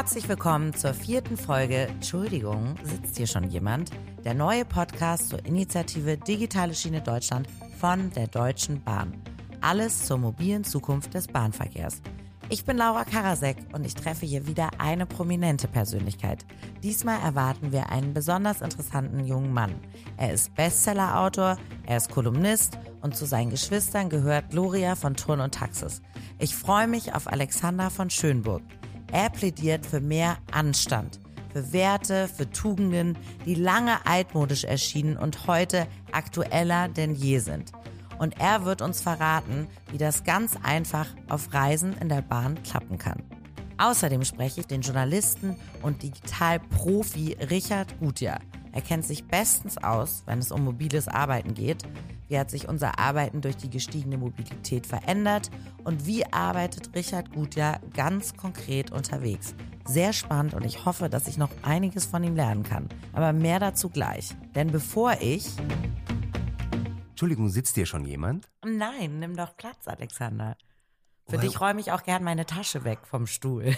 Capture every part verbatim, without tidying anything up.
Herzlich willkommen zur vierten Folge Entschuldigung, sitzt hier schon jemand? Der neue Podcast zur Initiative Digitale Schiene Deutschland von der Deutschen Bahn. Alles zur mobilen Zukunft des Bahnverkehrs. Ich bin Laura Karasek und ich treffe hier wieder eine prominente Persönlichkeit. Diesmal erwarten wir einen besonders interessanten jungen Mann. Er ist Bestsellerautor, er ist Kolumnist und zu seinen Geschwistern gehört Gloria von Thurn und Taxis. Ich freue mich auf Alexander von Schönburg. Er plädiert für mehr Anstand, für Werte, für Tugenden, die lange altmodisch erschienen und heute aktueller denn je sind. Und er wird uns verraten, wie das ganz einfach auf Reisen in der Bahn klappen kann. Außerdem spreche ich den Journalisten und Digitalprofi Richard Gutjahr. Er kennt sich bestens aus, wenn es um mobiles Arbeiten geht. Wie hat sich unser Arbeiten durch die gestiegene Mobilität verändert? Und wie arbeitet Richard Gutjahr ganz konkret unterwegs? Sehr spannend und ich hoffe, dass ich noch einiges von ihm lernen kann. Aber mehr dazu gleich. Denn bevor ich... Entschuldigung, sitzt hier schon jemand? Nein, nimm doch Platz, Alexander. Für Woher- dich räume ich auch gern meine Tasche weg vom Stuhl.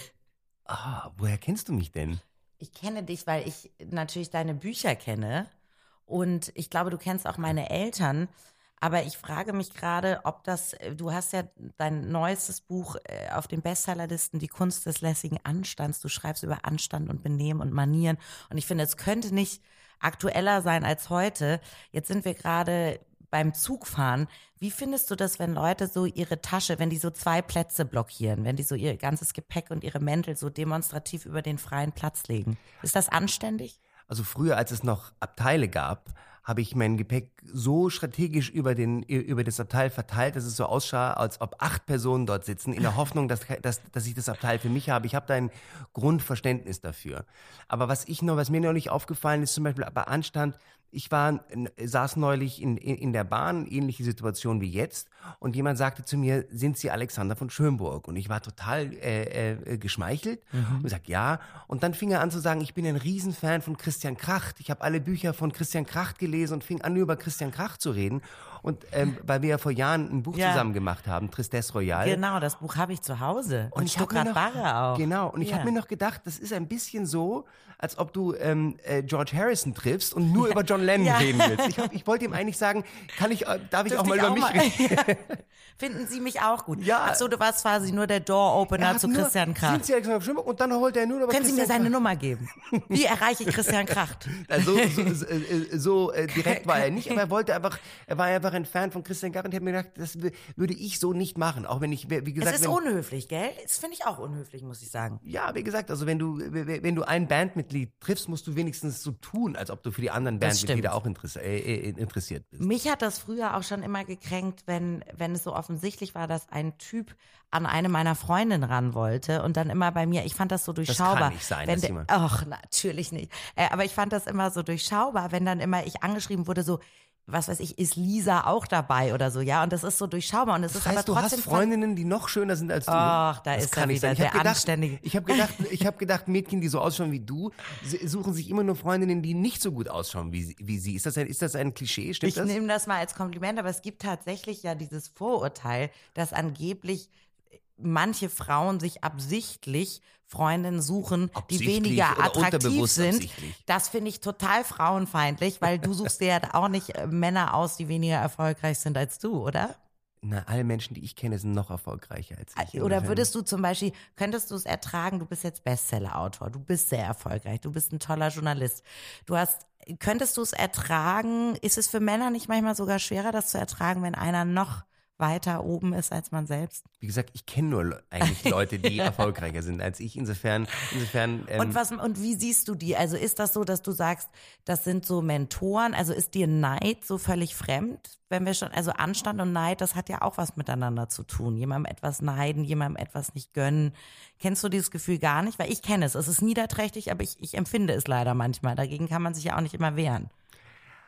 Ah, woher kennst du mich denn? Ich kenne dich, weil ich natürlich deine Bücher kenne und ich glaube, du kennst auch meine Eltern. Aber ich frage mich gerade, ob das, du hast ja dein neuestes Buch äh, auf den Bestsellerlisten, Die Kunst des lässigen Anstands. Du schreibst über Anstand und Benehmen und Manieren. Und ich finde, es könnte nicht aktueller sein als heute. Jetzt sind wir gerade beim Zugfahren. Wie findest du das, wenn Leute so ihre Tasche, wenn die so zwei Plätze blockieren, wenn die so ihr ganzes Gepäck und ihre Mäntel so demonstrativ über den freien Platz legen? Ist das anständig? Also früher, als es noch Abteile gab, habe ich mein Gepäck so strategisch über den über das Abteil verteilt, dass es so aussah, als ob acht Personen dort sitzen, in der Hoffnung, dass dass, dass ich das Abteil für mich habe. Ich habe da ein Grundverständnis dafür. Aber was ich noch, was mir neulich aufgefallen ist, zum Beispiel bei Anstand, ich war saß neulich in in der Bahn, ähnliche Situation wie jetzt, und jemand sagte zu mir: Sind Sie Alexander von Schönburg? Und ich war total äh, äh, geschmeichelt mhm. und sag ja. Und dann fing er an zu sagen: Ich bin ein Riesenfan von Christian Kracht. Ich habe alle Bücher von Christian Kracht gelesen und fing an, über Christian Kracht zu reden. Und ähm, weil wir ja vor Jahren ein Buch ja. zusammen gemacht haben, Tristesse Royale. Genau, das Buch habe ich zu Hause. Und, und ich habe mir noch, auch. Genau, und ich ja. habe mir noch gedacht, das ist ein bisschen so, als ob du ähm, äh, George Harrison triffst und nur ja. über John Lennon ja. reden willst. Ich, hab, ich wollte ihm eigentlich sagen, kann ich, äh, darf ich Dürfte auch mal ich über auch mich mal, reden? Ja. Finden Sie mich auch gut? Ja. Ach so, du warst quasi nur der Door-Opener zu nur, Christian Kracht. Sind Sie Alexander von Schönburg? Und dann holt er nur über Können Christian Sie mir seine Kracht. Nummer geben? Wie erreiche ich Christian Kracht? Also, so, so, so, so äh, direkt war er nicht, aber er wollte einfach, er war einfach ein Fan von Christian Kracht und ich habe mir gedacht, das w- würde ich so nicht machen, auch wenn ich, wie gesagt, Es ist wenn, unhöflich, gell? Das finde ich auch unhöflich, muss ich sagen. ja, wie gesagt, also wenn du, wenn du ein Bandmitglied triffst, musst du wenigstens so tun, als ob du für die anderen Bandmitglieder auch interess- äh, interessiert bist. Mich hat das früher auch schon immer gekränkt, wenn, wenn es so offensichtlich war, dass ein Typ an eine meiner Freundinnen ran wollte und dann immer bei mir, ich fand das so durchschaubar. Das kann nicht sein, wenn dass der, jemand- ach, natürlich nicht. Äh, aber ich fand das immer so durchschaubar, wenn dann immer ich angeschrieben wurde, so, was weiß ich, ist Lisa auch dabei oder so, ja, und das ist so durchschaubar und es Das ist heißt, aber du trotzdem hast Freundinnen, die noch schöner sind als du. Ach, da das ist kann er nicht wieder, sein. Ich hab der gedacht, Anständige. Ich habe gedacht, ich habe gedacht, Mädchen, die so ausschauen wie du, sie- suchen sich immer nur Freundinnen, die nicht so gut ausschauen wie sie. Wie sie. Ist das ein, ist das ein Klischee? Stimmt Ich das? nehme das mal als Kompliment, aber es gibt tatsächlich ja dieses Vorurteil, dass angeblich manche Frauen sich absichtlich Freundinnen suchen, die Absichtlich weniger oder attraktiv unterbewusst sind. absichtlich. Das finde ich total frauenfeindlich, weil du suchst dir ja auch nicht äh, Männer aus, die weniger erfolgreich sind als du, oder? Na, alle Menschen, die ich kenne, sind noch erfolgreicher als ich. Oder Insofern- würdest du zum Beispiel, könntest du es ertragen, du bist jetzt Bestseller-Autor, du bist sehr erfolgreich, du bist ein toller Journalist. Du hast, könntest du es ertragen, ist es für Männer nicht manchmal sogar schwerer, das zu ertragen, wenn einer noch weiter oben ist als man selbst? Wie gesagt, ich kenne nur le- eigentlich Leute, die erfolgreicher sind als ich. Insofern, insofern. Ähm, Und was, und wie siehst du die? Also ist das so, dass du sagst, das sind so Mentoren? Also ist dir Neid so völlig fremd? Wenn wir schon, also Anstand und Neid, das hat ja auch was miteinander zu tun. Jemandem etwas neiden, jemandem etwas nicht gönnen. Kennst du dieses Gefühl gar nicht? Weil ich kenne es. Es ist niederträchtig, aber ich, ich empfinde es leider manchmal. Dagegen kann man sich ja auch nicht immer wehren.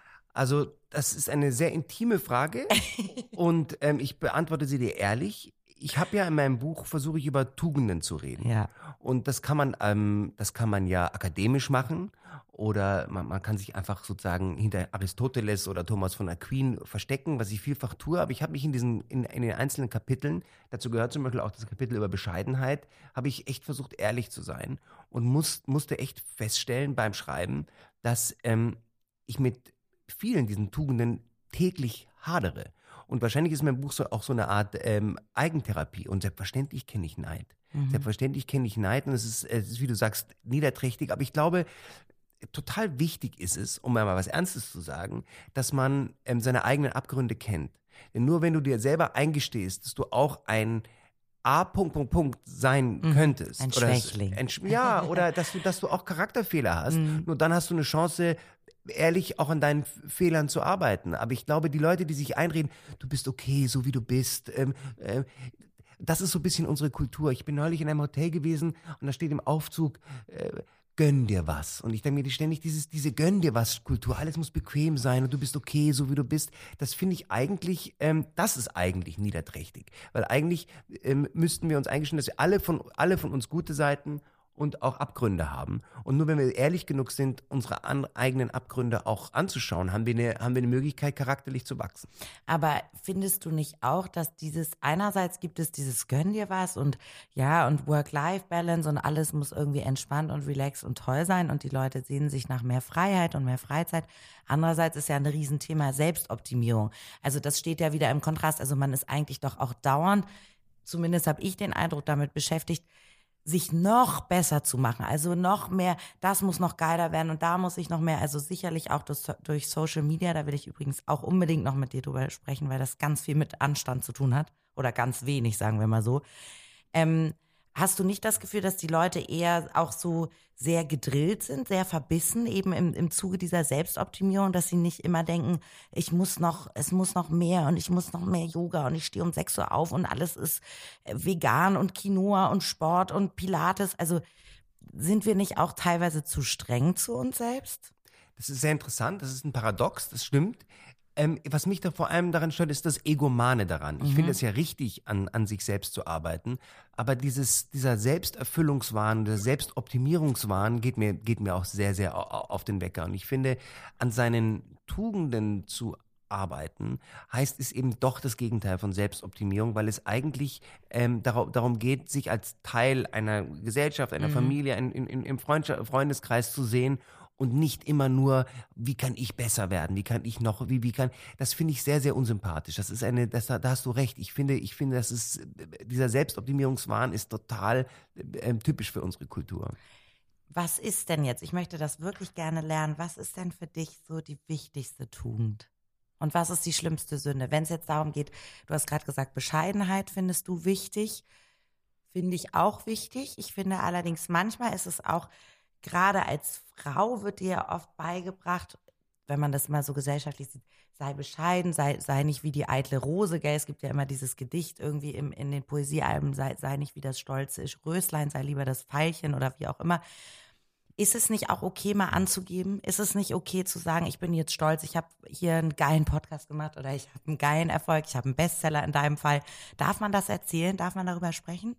Also, das ist eine sehr intime Frage und ähm, ich beantworte sie dir ehrlich. Ich habe ja in meinem Buch, versuche ich über Tugenden zu reden. Ja. Und das kann man, ähm, das kann man ja akademisch machen oder man, man kann sich einfach sozusagen hinter Aristoteles oder Thomas von Aquin verstecken, was ich vielfach tue. Aber ich habe mich in diesen, in, in den einzelnen Kapiteln, dazu gehört zum Beispiel auch das Kapitel über Bescheidenheit, habe ich echt versucht, ehrlich zu sein und muss, musste echt feststellen beim Schreiben, dass ähm, ich mit vielen diesen Tugenden täglich hadere. Und wahrscheinlich ist mein Buch so auch so eine Art ähm, Eigentherapie. Und selbstverständlich kenne ich Neid. Mhm. Selbstverständlich kenne ich Neid und es ist, es ist, wie du sagst, niederträchtig. Aber ich glaube, total wichtig ist es, um mal was Ernstes zu sagen, dass man ähm, seine eigenen Abgründe kennt. Denn nur wenn du dir selber eingestehst, dass du auch ein A. Punkt, Punkt, Punkt sein mhm. könntest. Ein oder Schwächling. Ein, ja, oder dass du, dass du auch Charakterfehler hast. Mhm. Nur dann hast du eine Chance, ehrlich auch an deinen Fehlern zu arbeiten. Aber ich glaube, die Leute, die sich einreden, du bist okay, so wie du bist, ähm, äh, das ist so ein bisschen unsere Kultur. Ich bin neulich in einem Hotel gewesen und da steht im Aufzug, äh, gönn dir was. Und ich denke mir ständig, dieses, diese gönn dir was Kultur, alles muss bequem sein und du bist okay, so wie du bist. Das finde ich eigentlich, ähm, das ist eigentlich niederträchtig. Weil eigentlich ähm, müssten wir uns eingestehen, dass wir alle von, alle von uns gute Seiten und auch Abgründe haben. Und nur wenn wir ehrlich genug sind, unsere an, eigenen Abgründe auch anzuschauen, haben wir, eine, haben wir eine Möglichkeit, charakterlich zu wachsen. Aber findest du nicht auch, dass dieses, einerseits gibt es dieses Gönn dir was und ja, und Work-Life-Balance und alles muss irgendwie entspannt und relaxed und toll sein und die Leute sehnen sich nach mehr Freiheit und mehr Freizeit. Andererseits ist ja ein Riesenthema Selbstoptimierung. Also das steht ja wieder im Kontrast. Also man ist eigentlich doch auch dauernd, zumindest habe ich den Eindruck, damit beschäftigt, sich noch besser zu machen, also noch mehr, das muss noch geiler werden und da muss ich noch mehr, also sicherlich auch durch, durch Social Media, da will ich übrigens auch unbedingt noch mit dir drüber sprechen, weil das ganz viel mit Anstand zu tun hat oder ganz wenig, sagen wir mal so. Ähm, hast du nicht das Gefühl, dass die Leute eher auch so sehr gedrillt sind, sehr verbissen eben im, im Zuge dieser Selbstoptimierung, dass sie nicht immer denken, ich muss noch, es muss noch mehr und ich muss noch mehr Yoga und ich stehe um sechs Uhr auf und alles ist vegan und Quinoa und Sport und Pilates. Also sind wir nicht auch teilweise zu streng zu uns selbst? Das ist sehr interessant, das ist ein Paradox, das stimmt. Ähm, was mich da vor allem daran stört, ist das Egomane daran. Ich mhm. finde es ja richtig, an, an sich selbst zu arbeiten, aber dieses, dieser Selbsterfüllungswahn, der Selbstoptimierungswahn geht mir, geht mir auch sehr, sehr auf den Wecker. Und ich finde, an seinen Tugenden zu arbeiten, heißt es eben doch das Gegenteil von Selbstoptimierung, weil es eigentlich ähm, darum, darum geht, sich als Teil einer Gesellschaft, einer mhm. Familie, in, in, im Freundeskreis zu sehen und nicht immer nur, wie kann ich besser werden, wie kann ich noch, wie, wie kann, das finde ich sehr, sehr unsympathisch. Das ist eine, das, da hast du recht. Ich finde, ich finde, das ist, dieser Selbstoptimierungswahn ist total äh, typisch für unsere Kultur. Was ist denn jetzt, ich möchte das wirklich gerne lernen, was ist denn für dich so die wichtigste Tugend? Und was ist die schlimmste Sünde? Wenn es jetzt darum geht, du hast gerade gesagt, Bescheidenheit findest du wichtig, finde ich auch wichtig. Ich finde allerdings, manchmal ist es auch, gerade als Frau wird dir ja oft beigebracht, wenn man das mal so gesellschaftlich sieht, sei bescheiden, sei, sei nicht wie die eitle Rose, gell? Es gibt ja immer dieses Gedicht irgendwie im, in den Poesiealben, sei, sei nicht wie das stolze Röslein, sei lieber das Veilchen oder wie auch immer. Ist es nicht auch okay, mal anzugeben? Ist es nicht okay zu sagen, ich bin jetzt stolz, ich habe hier einen geilen Podcast gemacht oder ich habe einen geilen Erfolg, ich habe einen Bestseller in deinem Fall. Darf man das erzählen? Darf man darüber sprechen?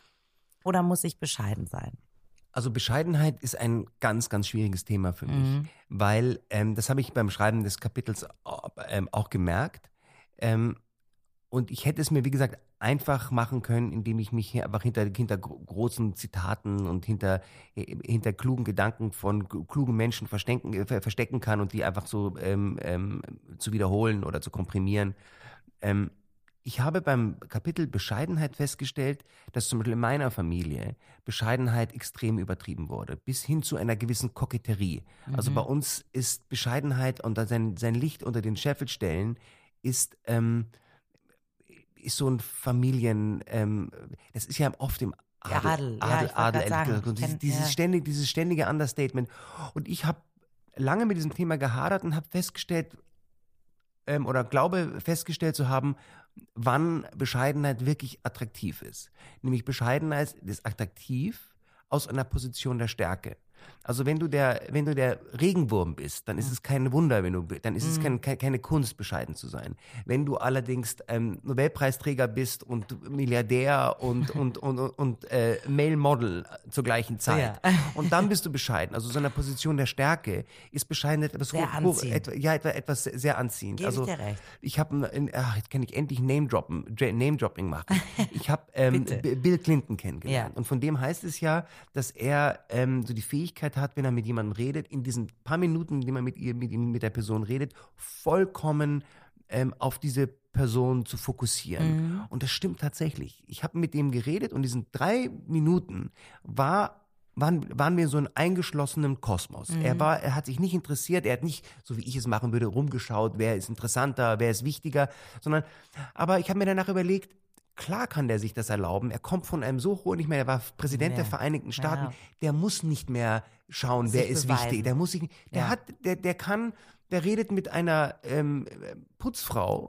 Oder muss ich bescheiden sein? Also Bescheidenheit ist ein ganz, ganz schwieriges Thema für mich, mhm. weil ähm, das habe ich beim Schreiben des Kapitels auch, ähm, auch gemerkt. Ähm, und ich hätte es mir, wie gesagt, einfach machen können, indem ich mich hier einfach hinter, hinter großen Zitaten und hinter, hinter klugen Gedanken von klugen Menschen verstecken, verstecken kann und die einfach so ähm, ähm, zu wiederholen oder zu komprimieren. Ähm, Ich habe beim Kapitel Bescheidenheit festgestellt, dass zum Beispiel in meiner Familie Bescheidenheit extrem übertrieben wurde, bis hin zu einer gewissen Koketterie. Mhm. Also bei uns ist Bescheidenheit und sein, sein Licht unter den Scheffel stellen, ist, ähm, ist so ein Familien, ähm, das ist ja oft im Adel, Adel, Adel, ja, Adel, Adel, Adel dieses, dieses, ja. ständig, dieses ständige Understatement. Und ich habe lange mit diesem Thema gehadert und habe festgestellt, ähm, oder glaube festgestellt zu haben, wann Bescheidenheit wirklich attraktiv ist. Nämlich Bescheidenheit ist attraktiv aus einer Position der Stärke. Also wenn du der, wenn du der Regenwurm bist, dann ist es kein Wunder, wenn du, dann ist es kein, kein, keine Kunst, bescheiden zu sein. Wenn du allerdings ähm, Nobelpreisträger bist und Milliardär und und und und, und äh, Male Model zur gleichen Zeit, Ja. und dann bist du bescheiden. Also so eine Position der Stärke ist Bescheidenheit etwas Sehr hoch, anziehend. etwa, ja etwa, etwas sehr anziehend. Gebe ich also dir recht. ich habe, jetzt kann ich endlich Name droppen, Name Dropping machen. Ich habe ähm, B- Bill Clinton kennengelernt Ja. und von dem heißt es ja, dass er ähm, so die Fähigkeit hat, wenn er mit jemandem redet, in diesen paar Minuten, in denen man mit ihr, mit ihm, mit der Person redet, vollkommen ähm, auf diese Person zu fokussieren. Mhm. Und das stimmt tatsächlich. Ich habe mit dem geredet und in diesen drei Minuten war waren, waren wir in so einem eingeschlossenen Kosmos. Mhm. Er war, er hat sich nicht interessiert, er hat nicht, so wie ich es machen würde, rumgeschaut, wer ist interessanter, wer ist wichtiger, sondern, aber ich habe mir danach überlegt, klar kann der sich das erlauben. Er kommt von einem so hohen, ich meine, er war Präsident Ja. der Vereinigten Staaten. Ja. Der muss nicht mehr schauen, Sich wer ist beweisen. wichtig. Der muss sich, der Ja. hat, der, der kann, der redet mit einer ähm, Putzfrau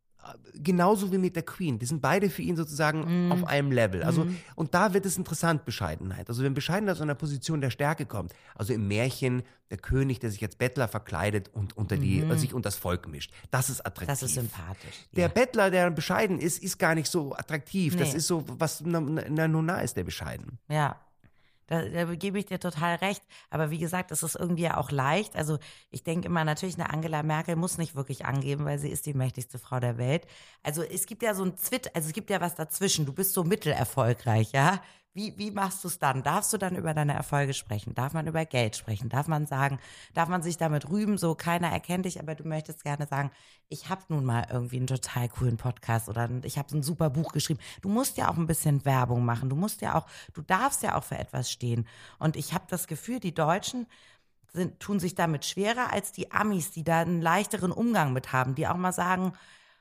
genauso wie mit der Queen. Die sind beide für ihn sozusagen Mm. auf einem Level. Also, Mm. und da wird es interessant, Bescheidenheit. Also wenn Bescheidenheit aus einer Position der Stärke kommt, also im Märchen der König, der sich als Bettler verkleidet und unter die, Mhm. äh, sich unter das Volk mischt. Das ist attraktiv. Das ist sympathisch. Der ja. Bettler, der bescheiden ist, ist gar nicht so attraktiv. Das Nee. ist so, was na, na, nun nah ist, der bescheiden. Ja, da, da gebe ich dir total recht. Aber wie gesagt, es ist irgendwie ja auch leicht. Also ich denke immer, natürlich eine Angela Merkel muss nicht wirklich angeben, weil sie ist die mächtigste Frau der Welt. Also es gibt ja so ein Zwitt, also es gibt ja was dazwischen. Du bist so mittelerfolgreich, ja? Wie, wie machst du es dann? Darfst du dann über deine Erfolge sprechen? Darf man über Geld sprechen? Darf man sagen, darf man sich damit rühmen, so keiner erkennt dich, aber du möchtest gerne sagen, ich habe nun mal irgendwie einen total coolen Podcast oder ich habe so ein super Buch geschrieben. Du musst ja auch ein bisschen Werbung machen. Du musst ja auch, du darfst ja auch für etwas stehen. Und ich habe das Gefühl, die Deutschen sind, tun sich damit schwerer als die Amis, die da einen leichteren Umgang mit haben, die auch mal sagen,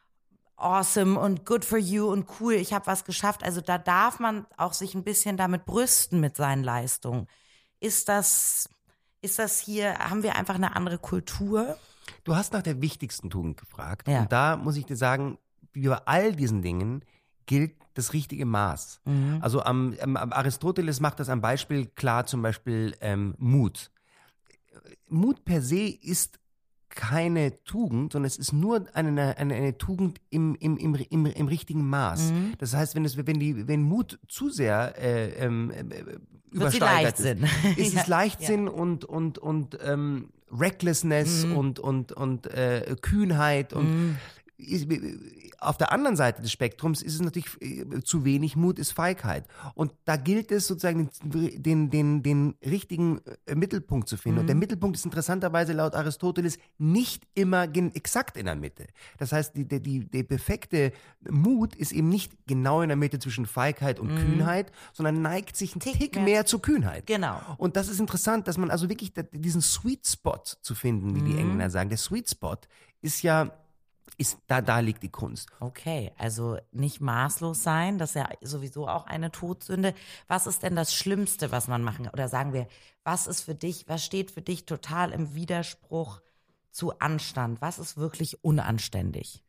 awesome und good for you und cool, ich habe was geschafft. Also da darf man auch sich ein bisschen damit brüsten mit seinen Leistungen. Ist das, ist das hier, haben wir einfach eine andere Kultur? Du hast nach der wichtigsten Tugend gefragt. Ja. Und da muss ich dir sagen, wie bei all diesen Dingen gilt das richtige Maß. Mhm. Also am, am, am Aristoteles macht das am Beispiel klar, zum Beispiel ähm, Mut. Mut per se ist keine Tugend, sondern es ist nur eine, eine, eine Tugend im, im, im, im, im richtigen Maß. Mhm. Das heißt, wenn, es, wenn, die, wenn Mut zu sehr äh, ähm, äh, Wird sie übersteigert Leichtsinn. ist, ist Ja, es Leichtsinn und, und, und ähm, Recklessness Mhm. und, und, und äh, Kühnheit und Mhm. ist- auf der anderen Seite des Spektrums ist es natürlich äh, zu wenig Mut, ist Feigheit. Und da gilt es sozusagen den, den, den, den richtigen äh, Mittelpunkt zu finden. Und der Mittelpunkt ist interessanterweise laut Aristoteles nicht immer gen- exakt in der Mitte. Das heißt, die, die, die, der perfekte Mut ist eben nicht genau in der Mitte zwischen Feigheit und Kühnheit, sondern neigt sich ein Tick, Tick mehr, mehr zur Kühnheit. Genau. Und das ist interessant, dass man also wirklich da- diesen Sweet Spot zu finden, wie die Engländer sagen. Der Sweet Spot ist ja, ist, da, da liegt die Kunst. Okay, also nicht maßlos sein, das ist ja sowieso auch eine Todsünde. Was ist denn das Schlimmste, was man machen kann? Oder sagen wir, was ist für dich, was steht für dich total im Widerspruch zu Anstand? Was ist wirklich unanständig?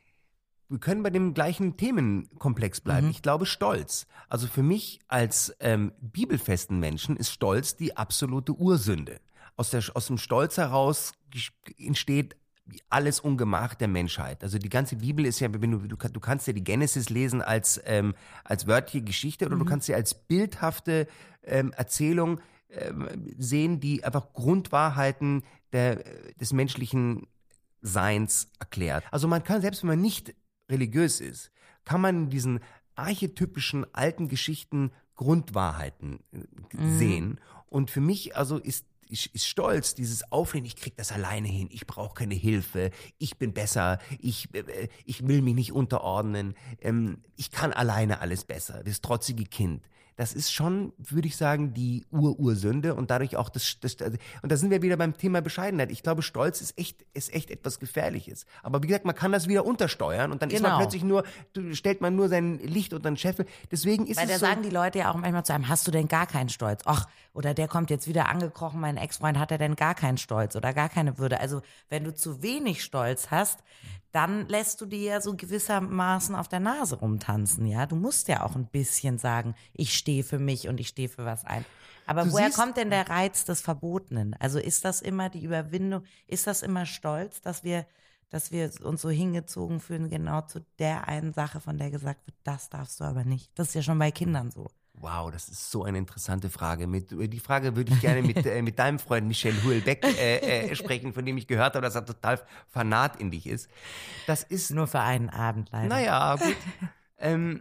Wir können bei dem gleichen Themenkomplex bleiben. Mhm. Ich glaube, Stolz. Also für mich als ähm, bibelfesten Menschen ist Stolz die absolute Ursünde. Aus, der, aus dem Stolz heraus gesch- entsteht alles Ungemach der Menschheit. Also die ganze Bibel ist ja, wenn du, du, du kannst ja die Genesis lesen als, ähm, als wörtliche Geschichte oder du kannst sie als bildhafte ähm, Erzählung ähm, sehen, die einfach Grundwahrheiten der, des menschlichen Seins erklärt. Also man kann, selbst wenn man nicht religiös ist, kann man in diesen archetypischen alten Geschichten Grundwahrheiten äh, sehen. Und für mich also ist Ich, ist stolz, dieses Auflehnen, ich krieg das alleine hin, ich brauche keine Hilfe, ich bin besser, ich, äh, ich will mich nicht unterordnen, ähm, ich kann alleine alles besser, das trotzige Kind. Das ist schon, würde ich sagen, die Ur-Ursünde und dadurch auch das, das, und da sind wir wieder beim Thema Bescheidenheit. Ich glaube, Stolz ist echt, ist echt etwas Gefährliches. Aber wie gesagt, man kann das wieder untersteuern und dann ist man Genau. plötzlich nur, stellt man nur sein Licht unter den Scheffel. Deswegen ist Weil da es so, sagen die Leute ja auch manchmal zu einem, hast du denn gar keinen Stolz? Ach, oder der kommt jetzt wieder angekrochen, mein Ex-Freund, hat er denn gar keinen Stolz oder gar keine Würde? Also wenn du zu wenig Stolz hast, dann lässt du dir ja so gewissermaßen auf der Nase rumtanzen, ja? Du musst ja auch ein bisschen sagen, ich stehe für mich und ich stehe für was ein. Aber du woher siehst, kommt denn der Reiz des Verbotenen? Also ist das immer die Überwindung, ist das immer Stolz, dass wir, dass wir uns so hingezogen fühlen, genau zu der einen Sache, von der gesagt wird, das darfst du aber nicht. Das ist ja schon bei Kindern so. Wow, das ist so eine interessante Frage. Mit, die Frage würde ich gerne mit, äh, mit deinem Freund Michel Houellebecq äh, äh, sprechen, von dem ich gehört habe, dass er total fanat in dich ist. Das ist Nur für einen Abend leider. Naja, gut. ähm,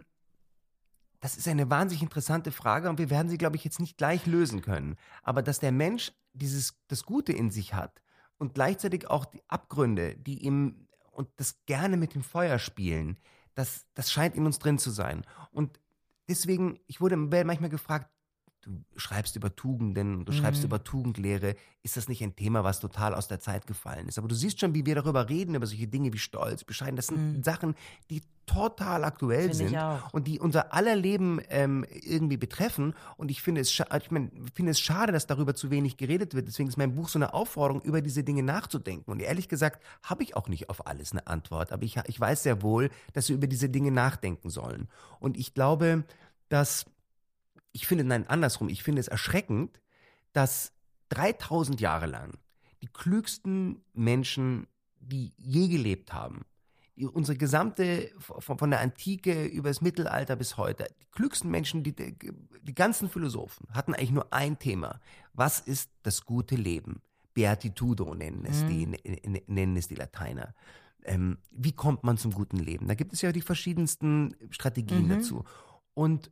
das ist eine wahnsinnig interessante Frage und wir werden sie, glaube ich, jetzt nicht gleich lösen können. Aber dass der Mensch dieses, das Gute in sich hat und gleichzeitig auch die Abgründe, die ihm und das gerne mit dem Feuer spielen, das, das scheint in uns drin zu sein. Und deswegen, ich wurde manchmal gefragt, du schreibst über Tugenden, du mhm. schreibst über Tugendlehre, ist das nicht ein Thema, was total aus der Zeit gefallen ist? Aber du siehst schon, wie wir darüber reden, über solche Dinge wie Stolz, Bescheidenheit, das sind mhm. Sachen, die total aktuell Find sind und die unser aller Leben ähm, irgendwie betreffen. Und ich finde es, scha- ich mein, finde es schade, dass darüber zu wenig geredet wird. Deswegen ist mein Buch so eine Aufforderung, über diese Dinge nachzudenken. Und ehrlich gesagt habe ich auch nicht auf alles eine Antwort. Aber ich, ich weiß sehr wohl, dass wir über diese Dinge nachdenken sollen. Und ich glaube, dass Ich finde, nein, andersrum, ich finde es erschreckend, dass dreitausend Jahre lang die klügsten Menschen, die je gelebt haben, die, unsere gesamte, von, von der Antike über das Mittelalter bis heute, die klügsten Menschen, die, die ganzen Philosophen, hatten eigentlich nur ein Thema. Was ist das gute Leben? Beatitudo nennen es, mhm. die, nennen es die Lateiner. Ähm, wie kommt man zum guten Leben? Da gibt es ja die verschiedensten Strategien mhm. dazu. Und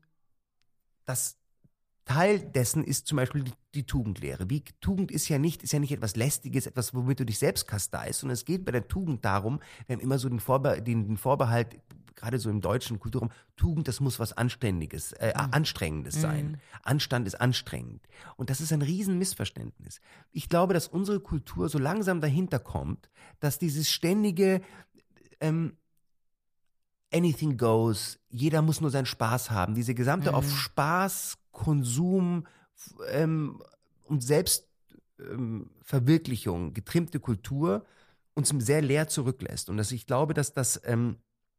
das Teil dessen ist zum Beispiel die, die Tugendlehre. Wie, Tugend ist ja nicht, ist ja nicht etwas Lästiges, etwas, womit du dich selbst kasteist, sondern es geht bei der Tugend darum, wir haben immer so den, Vorbe- den, den Vorbehalt, gerade so im deutschen Kulturraum, Tugend, das muss was Anständiges, äh, mhm. Anstrengendes sein. Mhm. Anstand ist anstrengend. Und das ist ein Riesenmissverständnis. Ich glaube, dass unsere Kultur so langsam dahinter kommt, dass dieses ständige ähm, Anything goes, jeder muss nur seinen Spaß haben. Diese gesamte mhm. auf Spaß, Konsum ähm, und Selbstverwirklichung ähm, getrimmte Kultur uns sehr leer zurücklässt. Und dass ich glaube, dass, das, ähm,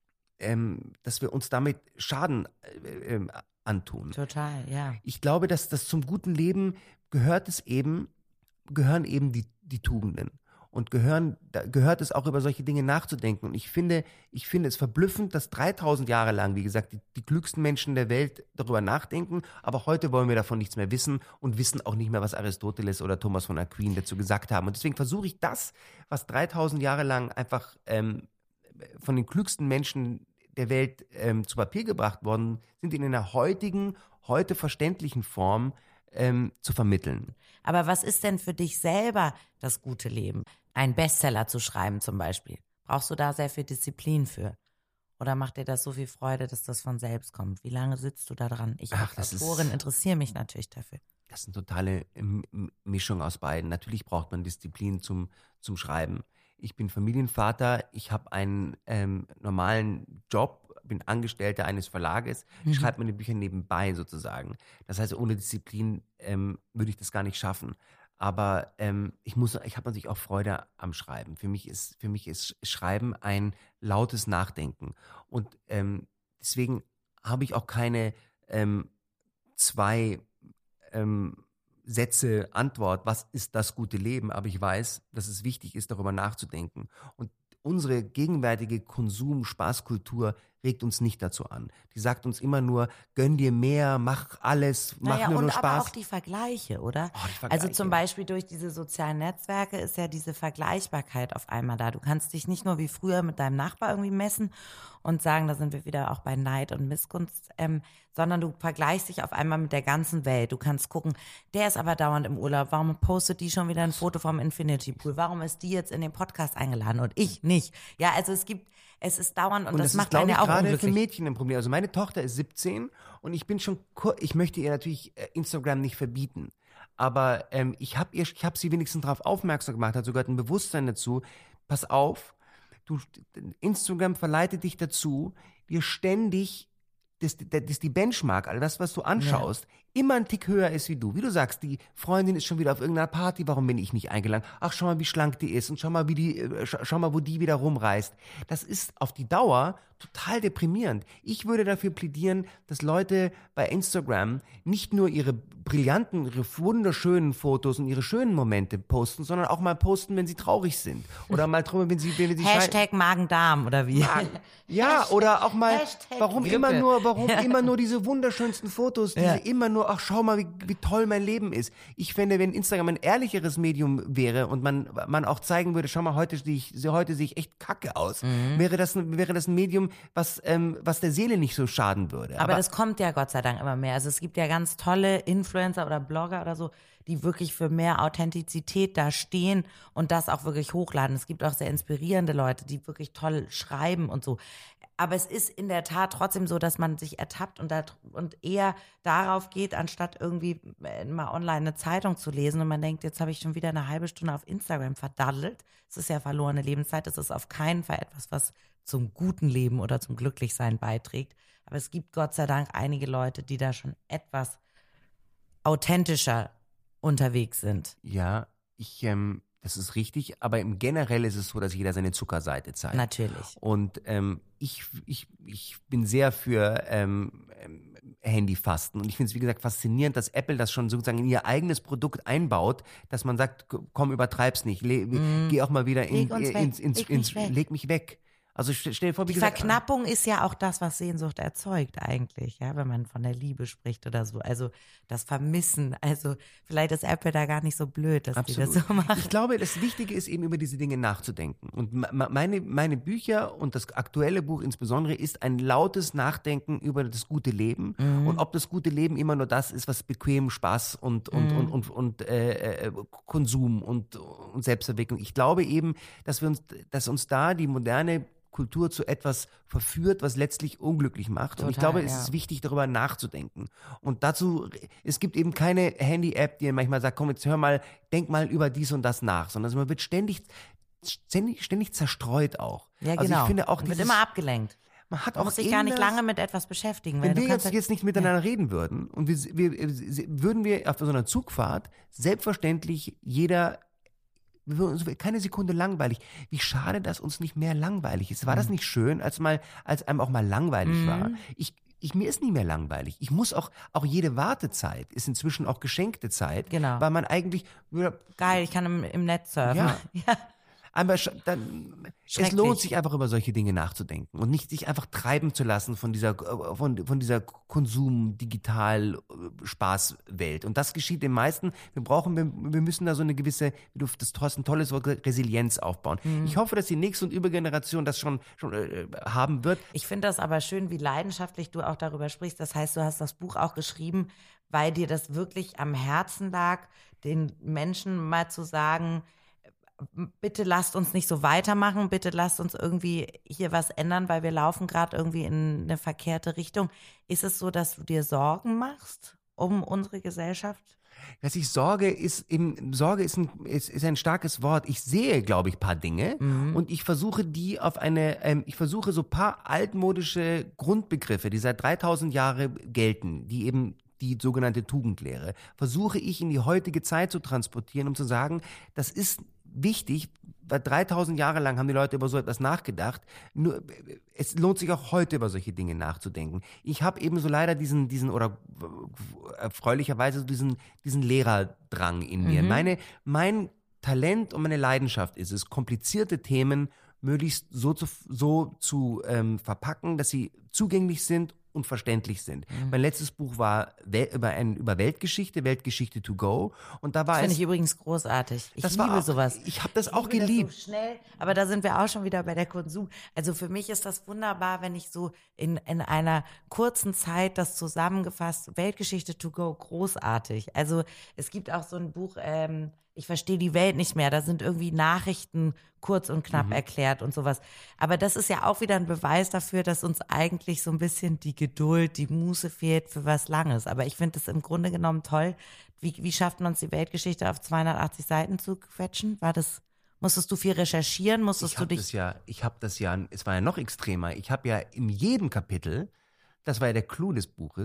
ähm, dass wir uns damit Schaden äh, äh, antun. Total, ja. Ich glaube, dass das zum guten Leben gehört es eben, gehören eben die, die Tugenden. Und gehören, da gehört es auch, über solche Dinge nachzudenken. Und ich finde, ich finde es verblüffend, dass dreitausend Jahre lang, wie gesagt, die, die klügsten Menschen der Welt darüber nachdenken. Aber heute wollen wir davon nichts mehr wissen und wissen auch nicht mehr, was Aristoteles oder Thomas von Aquin dazu gesagt haben. Und deswegen versuche ich das, was dreitausend Jahre lang einfach ähm, von den klügsten Menschen der Welt ähm, zu Papier gebracht worden sind, in einer heutigen, heute verständlichen Form ähm, zu vermitteln. Aber was ist denn für dich selber das gute Leben? Einen Bestseller zu schreiben zum Beispiel. Brauchst du da sehr viel Disziplin für? Oder macht dir das so viel Freude, dass das von selbst kommt? Wie lange sitzt du da dran? Ich Ach, als Autorin interessiere mich natürlich dafür. Das ist eine totale Mischung aus beiden. Natürlich braucht man Disziplin zum, zum Schreiben. Ich bin Familienvater, ich habe einen ähm, normalen Job, bin Angestellter eines Verlages, mhm. schreibe meine Bücher nebenbei sozusagen. Das heißt, ohne Disziplin ähm, würde ich das gar nicht schaffen. Aber ähm, ich muss, ich habe natürlich auch Freude am Schreiben. Für mich ist, für mich ist Schreiben ein lautes Nachdenken. Und ähm, deswegen habe ich auch keine ähm, zwei ähm, Sätze Antwort, was ist das gute Leben? Aber ich weiß, dass es wichtig ist, darüber nachzudenken. Und unsere gegenwärtige Konsum-Spaßkultur regt uns nicht dazu an. Die sagt uns immer nur, gönn dir mehr, mach alles, mach naja, nur, und nur Spaß. Aber auch die Vergleiche, oder? Oh, die Vergleiche. Also zum Beispiel durch diese sozialen Netzwerke ist ja diese Vergleichbarkeit auf einmal da. Du kannst dich nicht nur wie früher mit deinem Nachbar irgendwie messen und sagen, da sind wir wieder auch bei Neid und Missgunst, ähm, sondern du vergleichst dich auf einmal mit der ganzen Welt. Du kannst gucken, der ist aber dauernd im Urlaub. Warum postet die schon wieder ein Foto vom Infinity Pool? Warum ist die jetzt in den Podcast eingeladen und ich nicht? Ja, also es gibt, es ist dauernd und, und das, das macht eine auch unglücklich. Gerade für Mädchen ein Problem. Also meine Tochter ist siebzehn und ich bin schon, ich möchte ihr natürlich Instagram nicht verbieten. Aber ähm, ich habe ihr, ich habe sie wenigstens darauf aufmerksam gemacht, hat sogar ein Bewusstsein dazu. Pass auf, du, Instagram verleitet dich dazu, dir ständig dass, dass die Benchmark, also das, was du anschaust, ja. immer ein Tick höher ist wie du. Wie du sagst, die Freundin ist schon wieder auf irgendeiner Party, warum bin ich nicht eingeladen? Ach, schau mal, wie schlank die ist und schau mal, wie die, schau mal, wo die wieder rumreist. Das ist auf die Dauer total deprimierend. Ich würde dafür plädieren, dass Leute bei Instagram nicht nur ihre brillanten, ihre wunderschönen Fotos und ihre schönen Momente posten, sondern auch mal posten, wenn sie traurig sind. Oder mal drüber, wenn sie, wenn sie Hashtag Magen-Darm oder wie? Magen. Ja, Hashtag, oder auch mal, Hashtag warum Grippe. immer nur, warum immer nur diese wunderschönsten Fotos, diese Ja. immer nur, ach schau mal, wie, wie toll mein Leben ist. Ich fände, wenn Instagram ein ehrlicheres Medium wäre und man, man auch zeigen würde, schau mal, heute sehe ich, heute sehe ich echt kacke aus, mhm. wäre das, wäre das ein Medium, was, ähm, was der Seele nicht so schaden würde. Aber, Aber das kommt ja Gott sei Dank immer mehr. Also es gibt ja ganz tolle Influencer oder Blogger oder so, die wirklich für mehr Authentizität da stehen und das auch wirklich hochladen. Es gibt auch sehr inspirierende Leute, die wirklich toll schreiben und so. Aber es ist in der Tat trotzdem so, dass man sich ertappt und, da, und eher darauf geht, anstatt irgendwie mal online eine Zeitung zu lesen. Und man denkt, jetzt habe ich schon wieder eine halbe Stunde auf Instagram verdaddelt. Es ist ja verlorene Lebenszeit. Es ist auf keinen Fall etwas, was zum guten Leben oder zum Glücklichsein beiträgt. Aber es gibt Gott sei Dank einige Leute, die da schon etwas authentischer unterwegs sind. Ja, ich, ähm, das ist richtig, aber im Generell ist es so, dass jeder seine Zuckerseite zeigt. Natürlich. Und ähm, ich, ich, ich bin sehr für ähm, Handyfasten und ich finde es, wie gesagt, faszinierend, dass Apple das schon sozusagen in ihr eigenes Produkt einbaut, dass man sagt, komm, übertreib's nicht, Le- mm. geh auch mal wieder in, leg uns ins, ins, leg ins, mich weg. leg mich weg. Also stell dir vor, wie Die gesagt, Verknappung ist ja auch das, was Sehnsucht erzeugt eigentlich, ja, wenn man von der Liebe spricht oder so. Also das Vermissen. Also vielleicht ist Apple da gar nicht so blöd, dass Absolut. die das so machen. Ich glaube, das Wichtige ist eben, über diese Dinge nachzudenken. Und meine, meine Bücher und das aktuelle Buch insbesondere ist ein lautes Nachdenken über das gute Leben mhm. und ob das gute Leben immer nur das ist, was bequem, Spaß und, und, mhm. und, und, und äh, Konsum und, und Selbstverwirklichung. Ich glaube eben, dass wir uns, dass uns da die moderne Kultur zu etwas verführt, was letztlich unglücklich macht. Total, und ich glaube, es ja. ist wichtig, darüber nachzudenken. Und dazu, es gibt eben keine Handy-App, die manchmal sagt, komm, jetzt hör mal, denk mal über dies und das nach, sondern man wird ständig, ständig, ständig zerstreut auch. Ja, genau. Also ich finde auch man dieses, wird immer abgelenkt. Man hat man auch muss sich gar nicht lange mit etwas beschäftigen. Wenn weil wir du jetzt, jetzt nicht miteinander ja. reden würden und wir, wir, würden wir auf so einer Zugfahrt selbstverständlich jeder wir würden uns keine Sekunde langweilig. Wie schade, dass uns nicht mehr langweilig ist. War mhm. das nicht schön, als mal, als einem auch mal langweilig mhm. war? Ich, ich, mir ist nie mehr langweilig. Ich muss auch, auch jede Wartezeit ist inzwischen auch geschenkte Zeit. Genau. Weil man eigentlich. Geil, ich kann im, im Netz surfen. Ja. ja. Aber dann, es lohnt sich einfach über solche Dinge nachzudenken und nicht sich einfach treiben zu lassen von dieser, von, von dieser Konsum-Digital-Spaßwelt. Und das geschieht den meisten. Wir brauchen, wir, wir müssen da so eine gewisse, wie du das Thorsten, tolles Wort, Resilienz aufbauen. Mhm. Ich hoffe, dass die nächste und Übergeneration das schon, schon äh, haben wird. Ich finde das aber schön, wie leidenschaftlich du auch darüber sprichst. Das heißt, du hast das Buch auch geschrieben, weil dir das wirklich am Herzen lag, den Menschen mal zu sagen, bitte lasst uns nicht so weitermachen, bitte lasst uns irgendwie hier was ändern, weil wir laufen gerade irgendwie in eine verkehrte Richtung. Ist es so, dass du dir Sorgen machst um unsere Gesellschaft? Dass ich Sorge ist, eben, Sorge ist ein, ist, ist ein starkes Wort. Ich sehe, glaube ich, paar Dinge mhm. und ich versuche die auf eine, ähm, ich versuche so paar altmodische Grundbegriffe, die seit dreitausend Jahre gelten, die eben die sogenannte Tugendlehre, versuche ich in die heutige Zeit zu transportieren, um zu sagen, das ist wichtig, weil dreitausend Jahre lang haben die Leute über so etwas nachgedacht. Nur, es lohnt sich auch heute über solche Dinge nachzudenken. Ich habe eben so leider diesen, diesen oder erfreulicherweise so diesen, diesen Lehrerdrang in mir. Mhm. Meine, mein Talent und meine Leidenschaft ist es, komplizierte Themen möglichst so zu, so zu ähm, verpacken, dass sie zugänglich sind und verständlich sind. Mhm. Mein letztes Buch war Wel- über, ein, über Weltgeschichte, Weltgeschichte to go. Und da war das finde es, ich übrigens großartig. Ich das liebe war auch, sowas. Ich habe das ich auch liebe geliebt. Das so schnell, aber da sind wir auch schon wieder bei der Konsum. Also für mich ist das wunderbar, wenn ich so in, in einer kurzen Zeit das zusammengefasst, Weltgeschichte to go, großartig. Also es gibt auch so ein Buch, ähm, ich verstehe die Welt nicht mehr. Da sind irgendwie Nachrichten kurz und knapp mhm. erklärt und sowas. Aber das ist ja auch wieder ein Beweis dafür, dass uns eigentlich so ein bisschen die Geduld, die Muße fehlt für was Langes. Aber ich finde das im Grunde genommen toll. Wie, wie schafft man es, die Weltgeschichte auf zweihundertachtzig Seiten zu quetschen? War das, musstest du viel recherchieren? Musstest ich du hab dich... Das ja, ich habe das ja, es war ja noch extremer. Ich habe ja in jedem Kapitel, das war ja der Clou des Buches,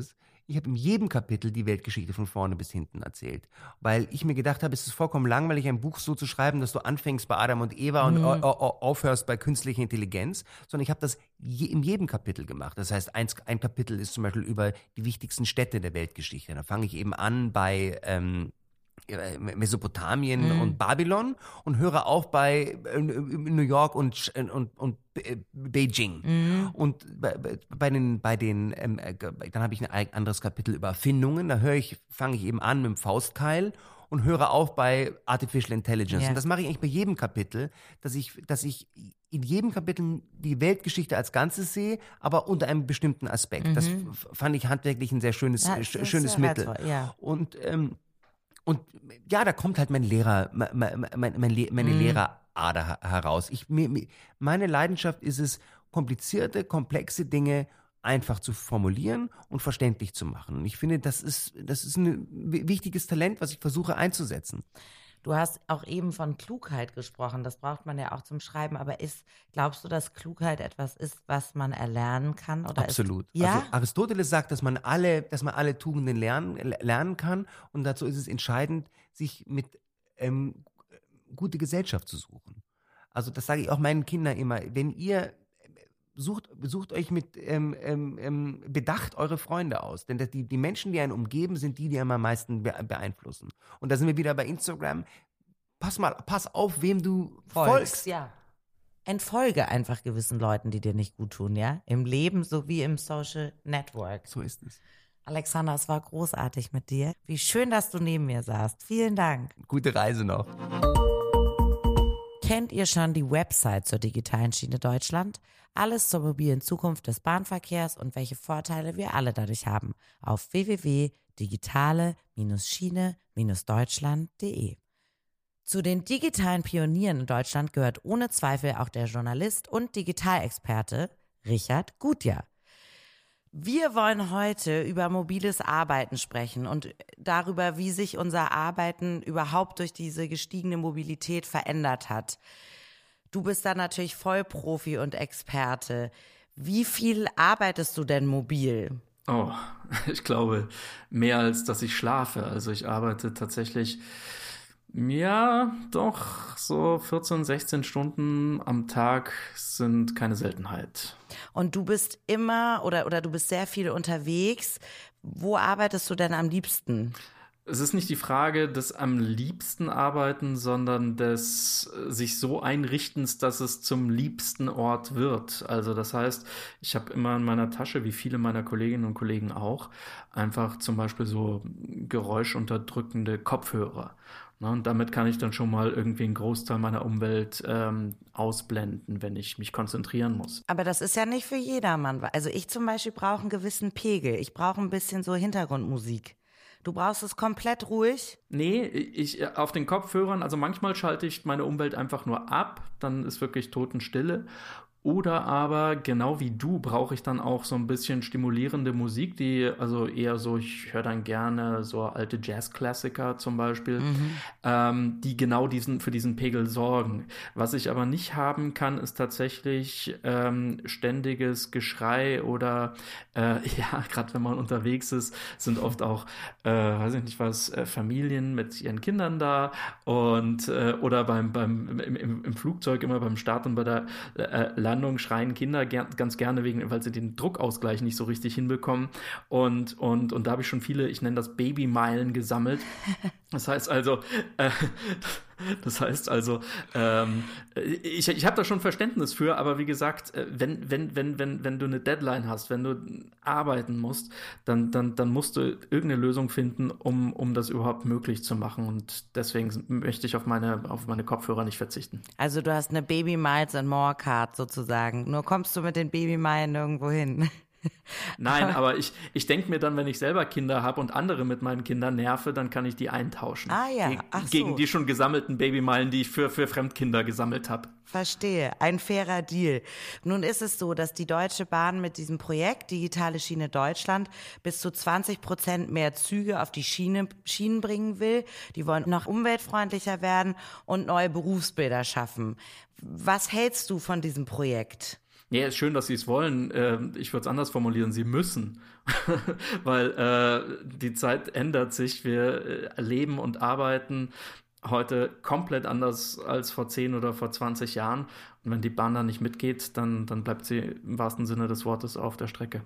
Ich habe in jedem Kapitel die Weltgeschichte von vorne bis hinten erzählt. Weil ich mir gedacht habe, es ist vollkommen langweilig, ein Buch so zu schreiben, dass du anfängst bei Adam und Eva mhm. und o- o- aufhörst bei künstlicher Intelligenz, sondern ich habe das je, in jedem Kapitel gemacht. Das heißt, ein, ein Kapitel ist zum Beispiel über die wichtigsten Städte der Weltgeschichte. Da fange ich eben an bei ähm, Mesopotamien mhm. und Babylon und höre auf bei äh, New York und, und, und äh, Beijing. Mhm. Und bei, bei den, bei den ähm, äh, dann habe ich ein anderes Kapitel über Erfindungen. Da höre ich, fange ich eben an mit dem Faustkeil und höre auf bei Artificial Intelligence. Ja. Und das mache ich eigentlich bei jedem Kapitel, dass ich, dass ich in jedem Kapitel die Weltgeschichte als Ganzes sehe, aber unter einem bestimmten Aspekt. Mhm. Das f- fand ich handwerklich ein sehr schönes, ja, sch- schönes Mittel. Reizvoll, ja. Und ähm, Und ja, da kommt halt mein Lehrer, mein, mein, mein, meine mm. Lehrerader heraus. Ich, mir, meine Leidenschaft ist es, komplizierte, komplexe Dinge einfach zu formulieren und verständlich zu machen. Und ich finde, das ist, das ist ein wichtiges Talent, was ich versuche einzusetzen. Du hast auch eben von Klugheit gesprochen, das braucht man ja auch zum Schreiben, aber ist, glaubst du, dass Klugheit etwas ist, was man erlernen kann? Oder Absolut. Ist, ja? Also Aristoteles sagt, dass man alle, dass man alle Tugenden lernen, lernen kann und dazu ist es entscheidend, sich mit ähm, gute Gesellschaft zu suchen. Also das sage ich auch meinen Kindern immer, wenn ihr Sucht, sucht euch mit ähm, ähm, Bedacht eure Freunde aus. Denn die, die Menschen, die einen umgeben, sind die, die einen am meisten be- beeinflussen. Und da sind wir wieder bei Instagram. Pass mal, pass auf, wem du folgst. folgst. Ja. Entfolge einfach gewissen Leuten, die dir nicht gut tun, ja? Im Leben sowie im Social Network. So ist es. Alexander, es war großartig mit dir. Wie schön, dass du neben mir saßt. Vielen Dank. Gute Reise noch. Kennt ihr schon die Website zur digitalen Schiene Deutschland? Alles zur mobilen Zukunft des Bahnverkehrs und welche Vorteile wir alle dadurch haben. Auf w w w punkt digitale Schiene Deutschland punkt de. Zu den digitalen Pionieren in Deutschland gehört ohne Zweifel auch der Journalist und Digitalexperte Richard Gutjahr. Wir wollen heute über mobiles Arbeiten sprechen und darüber, wie sich unser Arbeiten überhaupt durch diese gestiegene Mobilität verändert hat. Du bist da natürlich Vollprofi und Experte. Wie viel arbeitest du denn mobil? Oh, ich glaube, mehr als dass ich schlafe. Also ich arbeite tatsächlich, ja, doch so vierzehn, sechzehn Stunden am Tag sind keine Seltenheit. Und du bist immer oder, oder du bist sehr viel unterwegs. Wo arbeitest du denn am liebsten? Es ist nicht die Frage des am liebsten Arbeiten, sondern des sich so Einrichtens, dass es zum liebsten Ort wird. Also das heißt, ich habe immer in meiner Tasche, wie viele meiner Kolleginnen und Kollegen auch, einfach zum Beispiel so geräuschunterdrückende Kopfhörer. Und damit kann ich dann schon mal irgendwie einen Großteil meiner Umwelt ähm, ausblenden, wenn ich mich konzentrieren muss. Aber das ist ja nicht für jedermann. Also ich zum Beispiel brauche einen gewissen Pegel. Ich brauche ein bisschen so Hintergrundmusik. Du brauchst es komplett ruhig? Nee, ich auf den Kopfhörern, also manchmal schalte ich meine Umwelt einfach nur ab, dann ist wirklich Totenstille. Oder aber, genau wie du, brauche ich dann auch so ein bisschen stimulierende Musik, die, also eher so, ich höre dann gerne so alte Jazzklassiker zum Beispiel, mhm. ähm, die genau diesen für diesen Pegel sorgen. Was ich aber nicht haben kann, ist tatsächlich ähm, ständiges Geschrei oder, äh, ja, gerade wenn man unterwegs ist, sind oft auch, äh, weiß ich nicht was, äh, Familien mit ihren Kindern da und, äh, oder beim, beim, im, im, im Flugzeug immer beim Start und bei der äh, Landung schreien Kinder ger- ganz gerne, wegen, weil sie den Druckausgleich nicht so richtig hinbekommen. Und, und, und da habe ich schon viele, ich nenne das Babymeilen gesammelt. Das heißt also, äh, das heißt also, ähm, ich, ich habe da schon Verständnis für, aber wie gesagt, wenn, wenn, wenn, wenn, wenn du eine Deadline hast, wenn du arbeiten musst, dann, dann, dann musst du irgendeine Lösung finden, um, um das überhaupt möglich zu machen. Und deswegen möchte ich auf meine, auf meine Kopfhörer nicht verzichten. Also du hast eine Baby Miles and More Card sozusagen. Nur kommst du mit den Babymeilen irgendwo hin. Nein, aber ich, ich denke mir dann, wenn ich selber Kinder habe und andere mit meinen Kindern nerve, dann kann ich die eintauschen. Ah ja, Ge- ach so. Gegen die schon gesammelten Babymeilen, die ich für, für Fremdkinder gesammelt habe. Verstehe, ein fairer Deal. Nun ist es so, dass die Deutsche Bahn mit diesem Projekt Digitale Schiene Deutschland bis zu zwanzig Prozent mehr Züge auf die Schiene, Schienen bringen will. Die wollen noch umweltfreundlicher werden und neue Berufsbilder schaffen. Was hältst du von diesem Projekt? Ja, ist schön, dass Sie es wollen. Ähm, ich würde es anders formulieren. Sie müssen. Weil äh, die Zeit ändert sich. Wir äh, leben und arbeiten heute komplett anders als vor zehn oder vor zwanzig Jahren. Und wenn die Bahn da nicht mitgeht, dann, dann bleibt sie im wahrsten Sinne des Wortes auf der Strecke.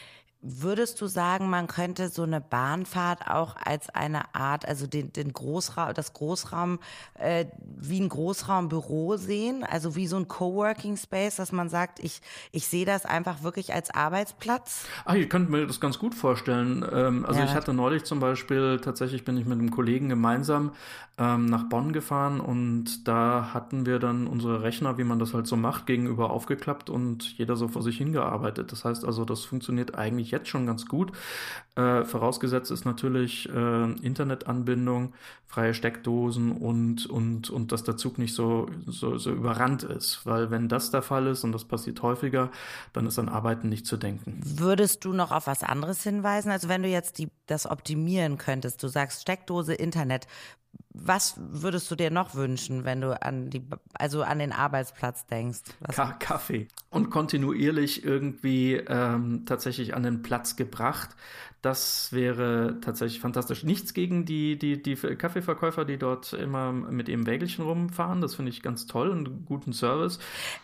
Würdest du sagen, man könnte so eine Bahnfahrt auch als eine Art, also den, den Großraum, das Großraum, äh, wie ein Großraumbüro sehen, also wie so ein Coworking Space, dass man sagt, ich, ich sehe das einfach wirklich als Arbeitsplatz? Ach, ich könnte mir das ganz gut vorstellen. Ähm, also Ja, ich hatte neulich zum Beispiel, tatsächlich bin ich mit einem Kollegen gemeinsam ähm, nach Bonn gefahren und da hatten wir dann unsere Rechner, wie man das halt so macht, gegenüber aufgeklappt und jeder so vor sich hingearbeitet. Das heißt also, das funktioniert eigentlich jetzt schon ganz gut. Äh, vorausgesetzt ist natürlich äh, Internetanbindung, freie Steckdosen und, und, und dass der Zug nicht so, so, so überrannt ist. Weil wenn das der Fall ist, und das passiert häufiger, dann ist an Arbeiten nicht zu denken. Würdest du noch auf was anderes hinweisen? Also wenn du jetzt die, das optimieren könntest, du sagst Steckdose, Internet, was würdest du dir noch wünschen, wenn du an die, also an den Arbeitsplatz denkst? Was? Ka- Kaffee. Und kontinuierlich irgendwie ähm, tatsächlich an den Platz gebracht. Das wäre tatsächlich fantastisch. Nichts gegen die, die, die Kaffeeverkäufer, die dort immer mit ihrem Wägelchen rumfahren. Das finde ich ganz toll und einen guten Service.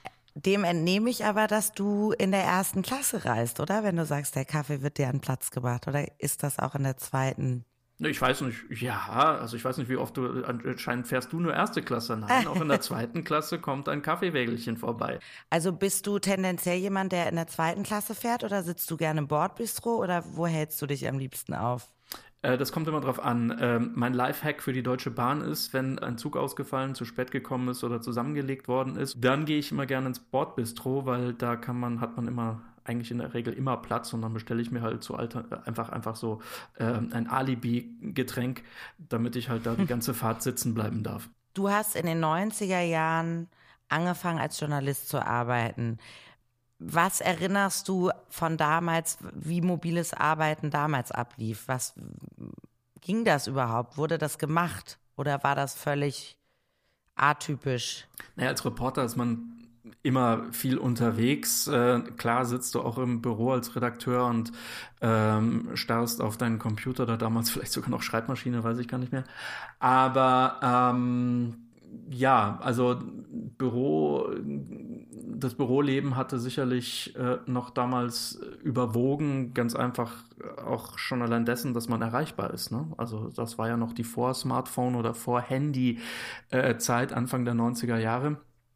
Dem entnehme ich aber, dass du in der ersten Klasse reist, oder? Wenn du sagst, der Kaffee wird dir an den Platz gebracht. Oder ist das auch in der zweiten? Ich weiß nicht, ja, also ich weiß nicht, wie oft du, anscheinend fährst du nur erste Klasse. Nein, auch in der zweiten Klasse kommt ein Kaffeewägelchen vorbei. Also bist du tendenziell jemand, der in der zweiten Klasse fährt oder sitzt du gerne im Bordbistro oder wo hältst du dich am liebsten auf? Äh, das kommt immer drauf an. Ähm, mein Lifehack für die Deutsche Bahn ist, wenn ein Zug ausgefallen, zu spät gekommen ist oder zusammengelegt worden ist, dann gehe ich immer gerne ins Bordbistro, weil da kann man, hat man immer eigentlich in der Regel immer Platz und dann bestelle ich mir halt so alter, einfach, einfach so äh, ein Alibi-Getränk, damit ich halt da die ganze Fahrt sitzen bleiben darf. Du hast in den neunziger Jahren angefangen als Journalist zu arbeiten. Was erinnerst du von damals, wie mobiles Arbeiten damals ablief? Was ging das überhaupt? Wurde das gemacht oder war das völlig atypisch? Naja, als Reporter ist man immer viel unterwegs. Äh, klar sitzt du auch im Büro als Redakteur und ähm, starrst auf deinen Computer oder damals vielleicht sogar noch Schreibmaschine, weiß ich gar nicht mehr. Aber ähm, ja, also Büro, das Büroleben hatte sicherlich äh, noch damals überwogen, ganz einfach auch schon allein dessen, dass man erreichbar ist. Ne? Also das war ja noch die Vor-Smartphone- oder Vor-Handy-Zeit, Anfang der neunziger Jahre.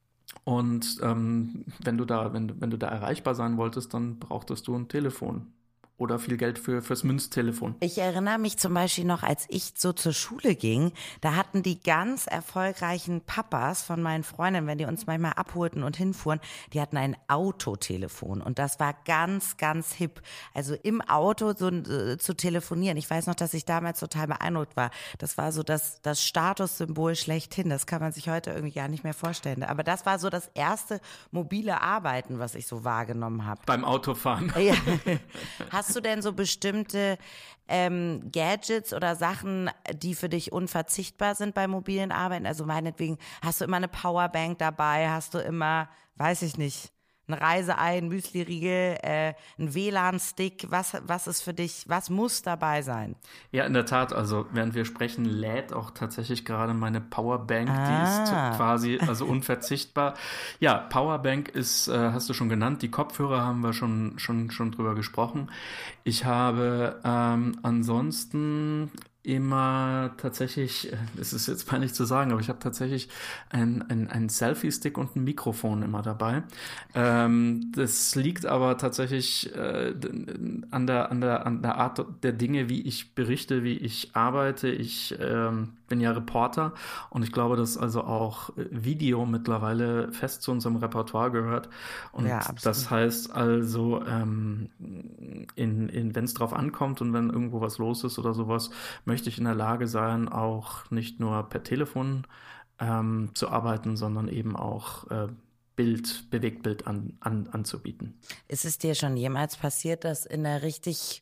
Und ähm, wenn du da, wenn, wenn du da erreichbar sein wolltest, dann brauchtest du ein Telefon. Oder viel Geld für, fürs Münztelefon. Ich erinnere mich zum Beispiel noch, als ich so zur Schule ging, da hatten die ganz erfolgreichen Papas von meinen Freundinnen, wenn die uns manchmal abholten und hinfuhren, die hatten ein Autotelefon und das war ganz, ganz hip. Also im Auto so äh, zu telefonieren. Ich weiß noch, dass ich damals total beeindruckt war. Das war so das, das Statussymbol schlechthin. Das kann man sich heute irgendwie gar nicht mehr vorstellen. Aber das war so das erste mobile Arbeiten, was ich so wahrgenommen habe. Beim Autofahren. Ja. Hast du denn so bestimmte ähm, Gadgets oder Sachen, die für dich unverzichtbar sind bei mobilen Arbeiten? Also meinetwegen, hast du immer eine Powerbank dabei? Hast du immer, weiß ich nicht, ein Reiseei, ein Müsli-Riegel, äh, ein W L A N-Stick? Was, was ist für dich, was muss dabei sein? Ja, in der Tat. Also während wir sprechen, lädt auch tatsächlich gerade meine Powerbank. Ah. Die ist quasi also unverzichtbar. Ja, Powerbank ist, äh, hast du schon genannt. Die Kopfhörer haben wir schon schon schon drüber gesprochen. Ich habe ähm, ansonsten immer tatsächlich, es ist jetzt peinlich zu sagen, aber ich habe tatsächlich ein, ein, ein Selfie-Stick und ein Mikrofon immer dabei. Ähm, das liegt aber tatsächlich äh, an der, an der, an der Art der Dinge, wie ich berichte, wie ich arbeite. Ich ähm, bin ja Reporter und ich glaube, dass also auch Video mittlerweile fest zu unserem Repertoire gehört. Und Ja, das heißt also, ähm, in, in, wenn es drauf ankommt und wenn irgendwo was los ist oder sowas, möchte ich in der Lage sein, auch nicht nur per Telefon ähm, zu arbeiten, sondern eben auch äh, Bild, Bewegtbild an, an, anzubieten. Ist es dir schon jemals passiert, dass in einer richtig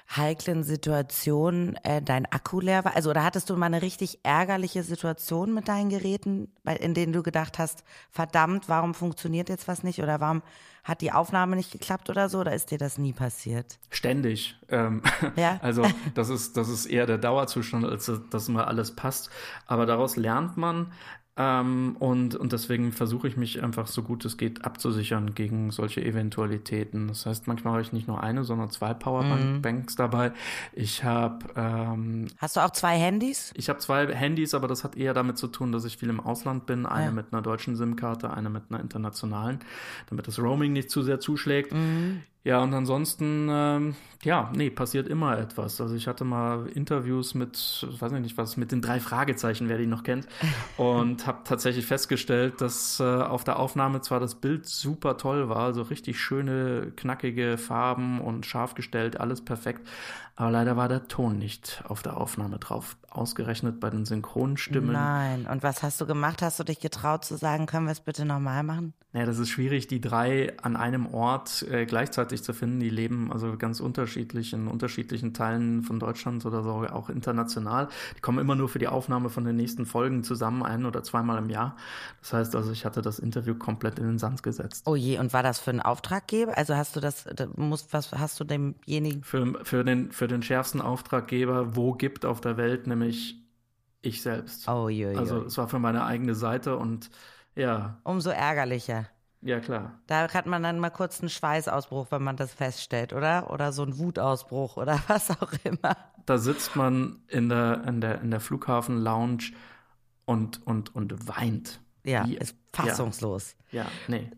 heiklen Situation äh, dein Akku leer war? Also oder hattest du mal eine richtig ärgerliche Situation mit deinen Geräten, bei, in denen du gedacht hast, verdammt, warum funktioniert jetzt was nicht oder warum hat die Aufnahme nicht geklappt oder so? Oder ist dir das nie passiert? Ständig. Ähm, Ja? Also das ist, das ist eher der Dauerzustand, als dass immer alles passt. Aber daraus lernt man. Ähm, und, und deswegen versuche ich mich einfach so gut es geht abzusichern gegen solche Eventualitäten. Das heißt, manchmal habe ich nicht nur eine, sondern zwei Powerbanks mhm. dabei. Ich habe ähm, Hast du auch zwei Handys? Ich habe zwei Handys, aber das hat eher damit zu tun, dass ich viel im Ausland bin. Eine ja. mit einer deutschen SIM-Karte, eine mit einer internationalen, damit das Roaming nicht zu sehr zuschlägt. Mhm. Ja, und ansonsten, ähm, ja, nee, passiert immer etwas. Also ich hatte mal Interviews mit, ich weiß nicht was, mit den drei Fragezeichen, wer die noch kennt. Und habe tatsächlich festgestellt, dass äh, auf der Aufnahme zwar das Bild super toll war, also richtig schöne, knackige Farben und scharf gestellt, alles perfekt. Aber leider war der Ton nicht auf der Aufnahme drauf. Ausgerechnet bei den Synchronstimmen. Nein. Und was hast du gemacht? Hast du dich getraut zu sagen, können wir es bitte nochmal machen? Naja, das ist schwierig, die drei an einem Ort äh, gleichzeitig zu finden. Die leben also ganz unterschiedlich in unterschiedlichen Teilen von Deutschland oder so, auch international. Die kommen immer nur für die Aufnahme von den nächsten Folgen zusammen, ein- oder zweimal im Jahr. Das heißt also, ich hatte das Interview komplett in den Sand gesetzt. Oh je, und war das für einen Auftraggeber? Also hast du das, da musst, was hast du demjenigen? Für, für, den, für den schärfsten Auftraggeber, wo gibt auf der Welt, nämlich ich selbst. Oh je, je. Also es war für meine eigene Seite und ja. Umso ärgerlicher. Ja, klar. Da hat man dann mal kurz einen Schweißausbruch, wenn man das feststellt, oder? Oder so einen Wutausbruch oder was auch immer. Da sitzt man in der, in der, in der Flughafen-Lounge und, und, und weint. Ja, Wie, ist fassungslos. Ja, ja nee.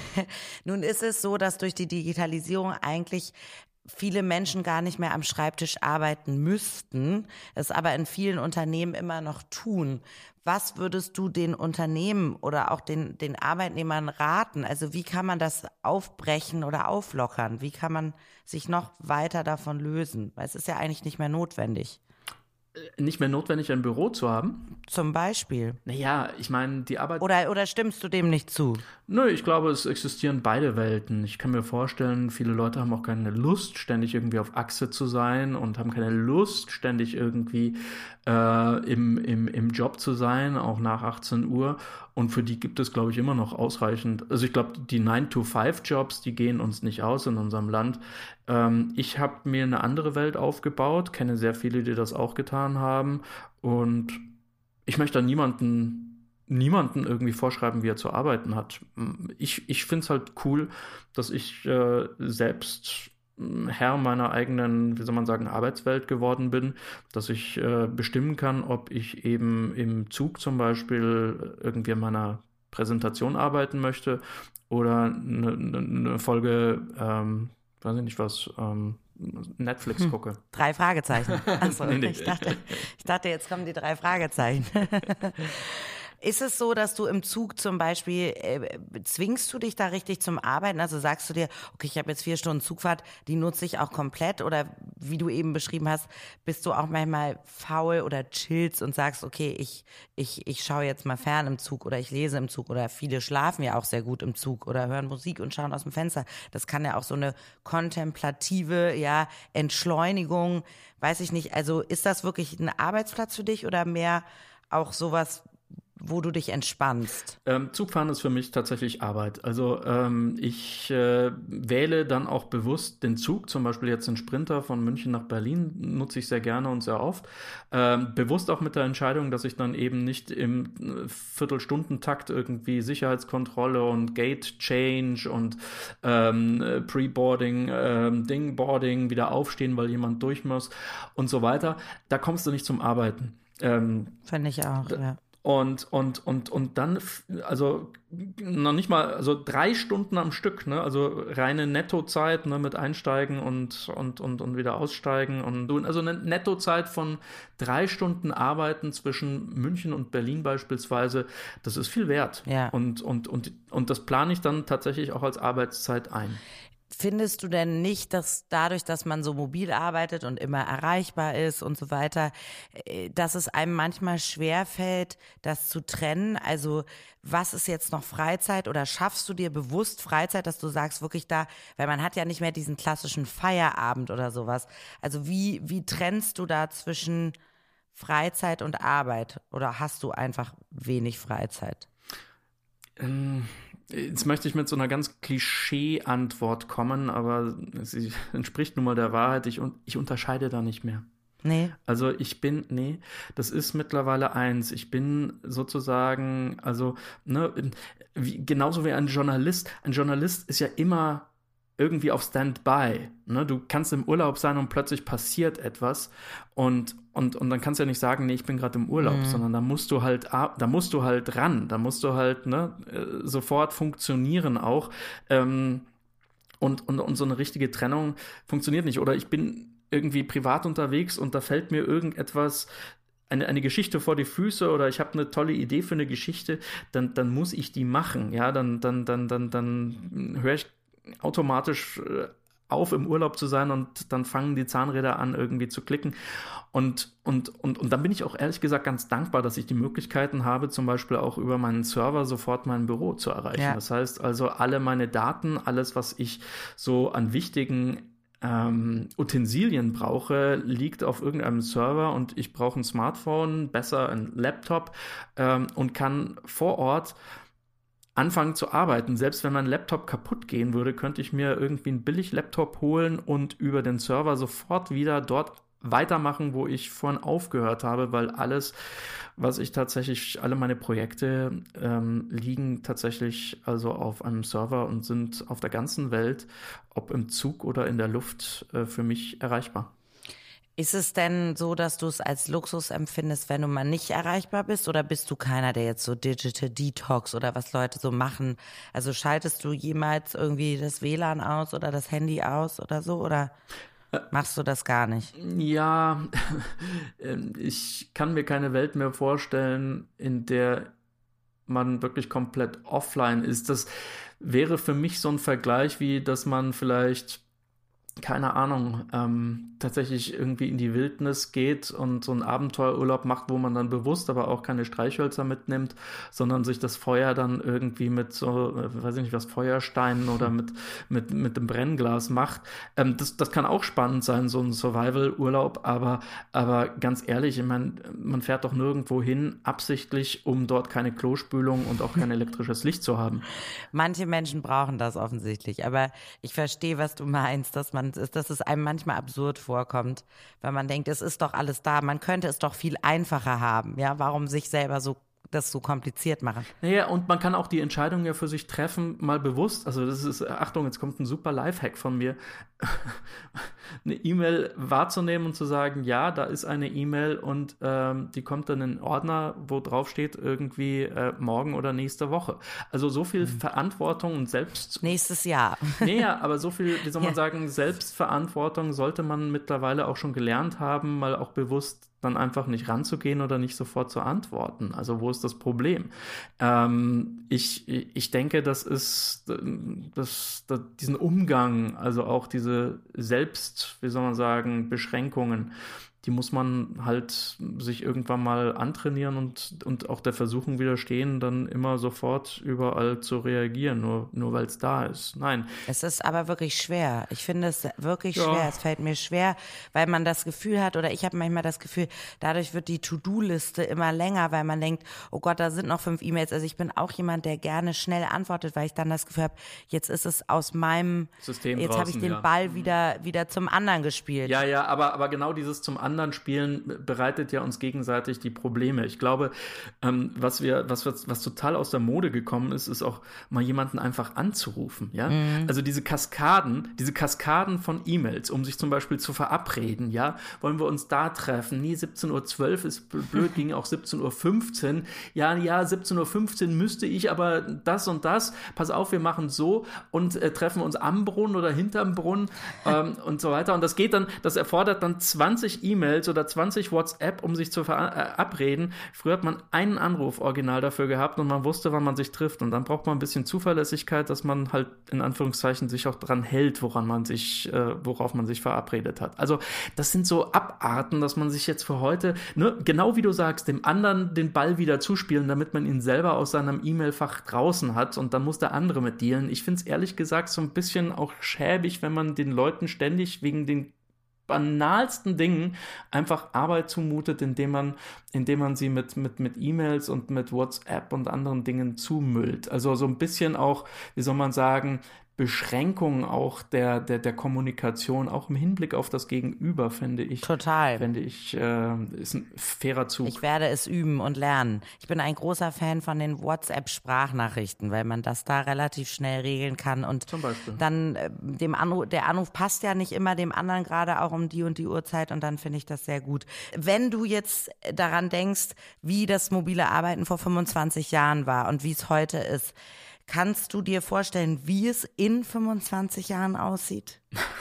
Nun ist es so, dass durch die Digitalisierung eigentlich viele Menschen gar nicht mehr am Schreibtisch arbeiten müssten, es aber in vielen Unternehmen immer noch tun. Was würdest du den Unternehmen oder auch den, den Arbeitnehmern raten? Also wie kann man das aufbrechen oder auflockern? Wie kann man sich noch weiter davon lösen? Weil es ist ja eigentlich nicht mehr notwendig. Nicht mehr notwendig, ein Büro zu haben? Zum Beispiel. Naja, ich meine, die Arbeit... Oder, oder stimmst du dem nicht zu? Nö, ich glaube, es existieren beide Welten. Ich kann mir vorstellen, viele Leute haben auch keine Lust, ständig irgendwie auf Achse zu sein und haben keine Lust, ständig irgendwie äh, im, im, im Job zu sein, auch nach achtzehn Uhr. Und für die gibt es, glaube ich, immer noch ausreichend. Also ich glaube, die nine to five Jobs, die gehen uns nicht aus in unserem Land. Ähm, ich habe mir eine andere Welt aufgebaut, kenne sehr viele, die das auch getan haben. Und ich möchte da niemanden... niemanden irgendwie vorschreiben, wie er zu arbeiten hat. Ich, ich finde es halt cool, dass ich äh, selbst Herr meiner eigenen, wie soll man sagen, Arbeitswelt geworden bin, dass ich äh, bestimmen kann, ob ich eben im Zug zum Beispiel irgendwie an meiner Präsentation arbeiten möchte oder eine, eine Folge, ähm, weiß ich nicht was, ähm, Netflix hm. gucke. Drei Fragezeichen. Achso, nee, nee. ich, dachte, ich dachte, jetzt kommen die drei Fragezeichen. Ist es so, dass du im Zug zum Beispiel, äh, zwingst du dich da richtig zum Arbeiten? Also sagst du dir, okay, ich habe jetzt vier Stunden Zugfahrt, die nutze ich auch komplett? Oder wie du eben beschrieben hast, bist du auch manchmal faul oder chillst und sagst, okay, ich, ich, ich schaue jetzt mal fern im Zug oder ich lese im Zug oder viele schlafen ja auch sehr gut im Zug oder hören Musik und schauen aus dem Fenster. Das kann ja auch so eine kontemplative, ja, Entschleunigung, weiß ich nicht. Also ist das wirklich ein Arbeitsplatz für dich oder mehr auch sowas, wo du dich entspannst? Ähm, Zugfahren ist für mich tatsächlich Arbeit. Also ähm, ich äh, wähle dann auch bewusst den Zug, zum Beispiel jetzt den Sprinter von München nach Berlin, nutze ich sehr gerne und sehr oft. Ähm, bewusst auch mit der Entscheidung, dass ich dann eben nicht im Viertelstundentakt irgendwie Sicherheitskontrolle und Gate Change und ähm, Pre-Boarding, ähm, Ding-Boarding, wieder aufstehen, weil jemand durch muss und so weiter. Da kommst du nicht zum Arbeiten. Ähm, Finde ich auch, ja. Und, und, und, und dann, also noch nicht mal, also drei Stunden am Stück, ne? Also reine Nettozeit, ne? Mit Einsteigen und, und, und, und wieder aussteigen. Und also eine Nettozeit von drei Stunden Arbeiten zwischen München und Berlin beispielsweise, das ist viel wert. Ja. Und, und, und, und das plane ich dann tatsächlich auch als Arbeitszeit ein. Findest du denn nicht, dass dadurch, dass man so mobil arbeitet und immer erreichbar ist und so weiter, dass es einem manchmal schwerfällt, das zu trennen? Also was ist jetzt noch Freizeit oder schaffst du dir bewusst Freizeit, dass du sagst, wirklich da, weil man hat ja nicht mehr diesen klassischen Feierabend oder sowas. Also wie, wie trennst du da zwischen Freizeit und Arbeit oder hast du einfach wenig Freizeit? Ähm. Jetzt möchte ich mit so einer ganz Klischee-Antwort kommen, aber sie entspricht nun mal der Wahrheit. Ich, ich unterscheide da nicht mehr. Nee. Also ich bin, nee, das ist mittlerweile eins. Ich bin sozusagen, also, ne, wie, genauso wie ein Journalist. Ein Journalist ist ja immer irgendwie auf Standby. Ne? Du kannst im Urlaub sein und plötzlich passiert etwas und, und, und dann kannst du ja nicht sagen, nee, ich bin gerade im Urlaub, mhm. sondern da musst du halt, da musst du halt ran, da musst du halt ne, sofort funktionieren auch. Ähm, und, und, und so eine richtige Trennung funktioniert nicht. Oder ich bin irgendwie privat unterwegs und da fällt mir irgendetwas Eine, eine Geschichte vor die Füße oder ich habe eine tolle Idee für eine Geschichte, dann, dann muss ich die machen. Ja, dann, dann, dann, dann, dann höre ich automatisch auf, im Urlaub zu sein und dann fangen die Zahnräder an, irgendwie zu klicken. Und, und, und, und dann bin ich auch ehrlich gesagt ganz dankbar, dass ich die Möglichkeiten habe, zum Beispiel auch über meinen Server sofort mein Büro zu erreichen. Ja. Das heißt also, alle meine Daten, alles, was ich so an wichtigen Ähm, Utensilien brauche, liegt auf irgendeinem Server und ich brauche ein Smartphone, besser ein Laptop ähm, und kann vor Ort anfangen zu arbeiten. Selbst wenn mein Laptop kaputt gehen würde, könnte ich mir irgendwie einen Billig-Laptop holen und über den Server sofort wieder dort weitermachen, wo ich vorhin aufgehört habe, weil alles, was ich tatsächlich, alle meine Projekte ähm, liegen tatsächlich also auf einem Server und sind auf der ganzen Welt, ob im Zug oder in der Luft, äh, für mich erreichbar. Ist es denn so, dass du es als Luxus empfindest, wenn du mal nicht erreichbar bist? Oder bist du keiner, der jetzt so Digital Detox oder was Leute so machen? Also schaltest du jemals irgendwie das W L A N aus oder das Handy aus oder so? Oder machst du das gar nicht? Ja, ich kann mir keine Welt mehr vorstellen, in der man wirklich komplett offline ist. Das wäre für mich so ein Vergleich, wie dass man vielleicht keine Ahnung, ähm, tatsächlich irgendwie in die Wildnis geht und so einen Abenteuerurlaub macht, wo man dann bewusst aber auch keine Streichhölzer mitnimmt, sondern sich das Feuer dann irgendwie mit so, äh, weiß ich nicht was, Feuersteinen oder mit, mit, mit dem Brennglas macht. Ähm, das, das kann auch spannend sein, so ein Survival-Urlaub, aber, aber ganz ehrlich, ich meine, man fährt doch nirgendwo hin, absichtlich, um dort keine Klospülung und auch kein elektrisches Licht zu haben. Manche Menschen brauchen das offensichtlich, aber ich verstehe, was du meinst, dass man ist, dass es einem manchmal absurd vorkommt, weil man denkt, es ist doch alles da, man könnte es doch viel einfacher haben, ja, warum sich selber so das so kompliziert machen. Naja, und man kann auch die Entscheidung ja für sich treffen, mal bewusst, also das ist, Achtung, jetzt kommt ein super Lifehack von mir, eine E-Mail wahrzunehmen und zu sagen, ja, da ist eine E-Mail und ähm, die kommt dann in einen Ordner, wo drauf steht irgendwie äh, morgen oder nächste Woche. Also so viel mhm. Verantwortung und Selbst... Nächstes Jahr. Naja, aber so viel, wie soll man ja. sagen, Selbstverantwortung sollte man mittlerweile auch schon gelernt haben, mal auch bewusst dann einfach nicht ranzugehen oder nicht sofort zu antworten. Also wo ist das Problem? Ähm, ich, ich denke, das ist das, das, diesen Umgang, also auch diese Selbst, wie soll man sagen, Beschränkungen, die muss man halt sich irgendwann mal antrainieren und, und auch der Versuchung widerstehen, dann immer sofort überall zu reagieren, nur, nur weil es da ist. Nein. Es ist aber wirklich schwer. Ich finde es wirklich ja. schwer. Es fällt mir schwer, weil man das Gefühl hat, oder ich habe manchmal das Gefühl, dadurch wird die To-Do-Liste immer länger, weil man denkt, oh Gott, da sind noch fünf E-Mails. Also ich bin auch jemand, der gerne schnell antwortet, weil ich dann das Gefühl habe, jetzt ist es aus meinem System jetzt habe ich den ja. Ball wieder, wieder zum anderen gespielt. Ja, ja, aber, aber genau dieses zum anderen Spielen bereitet ja uns gegenseitig die Probleme. Ich glaube, ähm, was wir, was, was, was total aus der Mode gekommen ist, ist auch mal jemanden einfach anzurufen, ja. Mhm. Also diese Kaskaden, diese Kaskaden von E-Mails, um sich zum Beispiel zu verabreden, ja. Wollen wir uns da treffen? Nee, siebzehn Uhr zwölf ist blöd, ging auch siebzehn Uhr fünfzehn. Ja, ja, siebzehn Uhr fünfzehn müsste ich, aber das und das. Pass auf, wir machen so und äh, treffen uns am Brunnen oder hinterm Brunnen ähm, und so weiter. Und das geht dann, das erfordert dann zwanzig E-Mails E-Mails oder zwanzig WhatsApp, um sich zu verabreden. Früher hat man einen Anruf original dafür gehabt und man wusste, wann man sich trifft. Und dann braucht man ein bisschen Zuverlässigkeit, dass man halt in Anführungszeichen sich auch dran hält, woran man sich, äh, worauf man sich verabredet hat. Also das sind so Abarten, dass man sich jetzt für heute, ne, genau wie du sagst, dem anderen den Ball wieder zuspielen, damit man ihn selber aus seinem E-Mail-Fach draußen hat und dann muss der andere mit dealen. Ich finde es ehrlich gesagt so ein bisschen auch schäbig, wenn man den Leuten ständig wegen den banalsten Dingen einfach Arbeit zumutet, indem man, indem man sie mit, mit, mit E-Mails und mit WhatsApp und anderen Dingen zumüllt. Also so ein bisschen auch, wie soll man sagen, Beschränkung auch der, der, der Kommunikation, auch im Hinblick auf das Gegenüber, finde ich. Total. Finde ich, äh, ist ein fairer Zug. Ich werde es üben und lernen. Ich bin ein großer Fan von den WhatsApp-Sprachnachrichten, weil man das da relativ schnell regeln kann und Zum Beispiel. dann äh, dem Anruf, der Anruf passt ja nicht immer dem anderen gerade auch um die und die Uhrzeit und dann finde ich das sehr gut. Wenn du jetzt daran denkst, wie das mobile Arbeiten vor fünfundzwanzig Jahren war und wie es heute ist, kannst du dir vorstellen, wie es in fünfundzwanzig Jahren aussieht?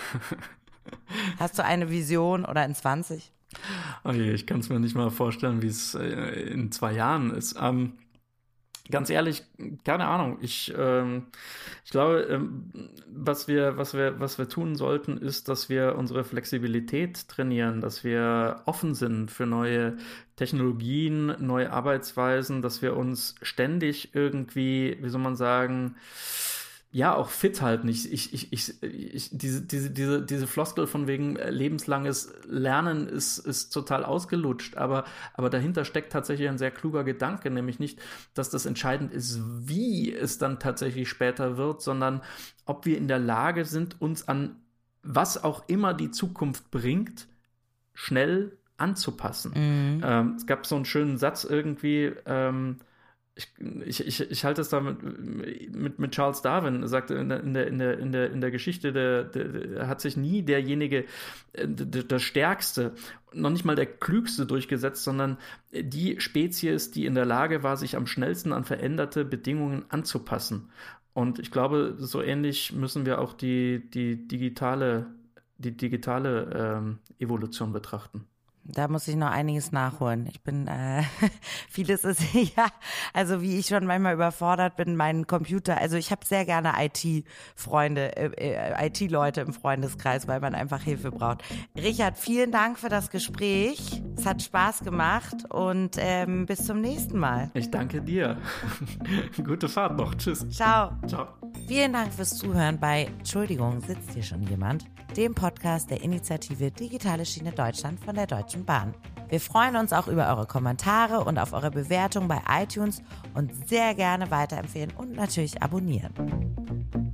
Hast du eine Vision oder in zwanzig? Oh je, ich kann es mir nicht mal vorstellen, wie es äh, in zwei Jahren ist. Ähm, ganz ehrlich, keine Ahnung. Ich, ähm, ich glaube, ähm, was wir, was wir, was wir tun sollten, ist, dass wir unsere Flexibilität trainieren, dass wir offen sind für neue Technologien, neue Arbeitsweisen, dass wir uns ständig irgendwie, wie soll man sagen, ja, auch fit halten. Ich, ich, ich, ich, ich, diese, diese, diese, diese Floskel von wegen lebenslanges Lernen ist, ist total ausgelutscht, aber, aber dahinter steckt tatsächlich ein sehr kluger Gedanke, nämlich nicht, dass das entscheidend ist, wie es dann tatsächlich später wird, sondern ob wir in der Lage sind, uns an was auch immer die Zukunft bringt, schnell anzupassen. Mhm. Ähm, es gab so einen schönen Satz irgendwie, ähm, Ich, ich, ich, ich halte es da mit, mit, mit Charles Darwin, er sagte, in der, in der, in der, in der, in der Geschichte, der, der, der hat sich nie derjenige, der, der Stärkste, noch nicht mal der Klügste durchgesetzt, sondern die Spezies, die in der Lage war, sich am schnellsten an veränderte Bedingungen anzupassen. Und ich glaube, so ähnlich müssen wir auch die, die digitale, die digitale ähm, Evolution betrachten. Da muss ich noch einiges nachholen. Ich bin, äh, vieles ist, ja, also wie ich schon manchmal überfordert bin, meinen Computer, also ich habe sehr gerne I T-Freunde, äh, I T-Leute im Freundeskreis, weil man einfach Hilfe braucht. Richard, vielen Dank für das Gespräch. Es hat Spaß gemacht und ähm, bis zum nächsten Mal. Ich danke dir. Gute Fahrt noch. Tschüss. Ciao. Ciao. Vielen Dank fürs Zuhören bei Entschuldigung, sitzt hier schon jemand? Dem Podcast der Initiative Digitale Schiene Deutschland von der Deutschen Bahn. Wir freuen uns auch über eure Kommentare und auf eure Bewertung bei iTunes und sehr gerne weiterempfehlen und natürlich abonnieren.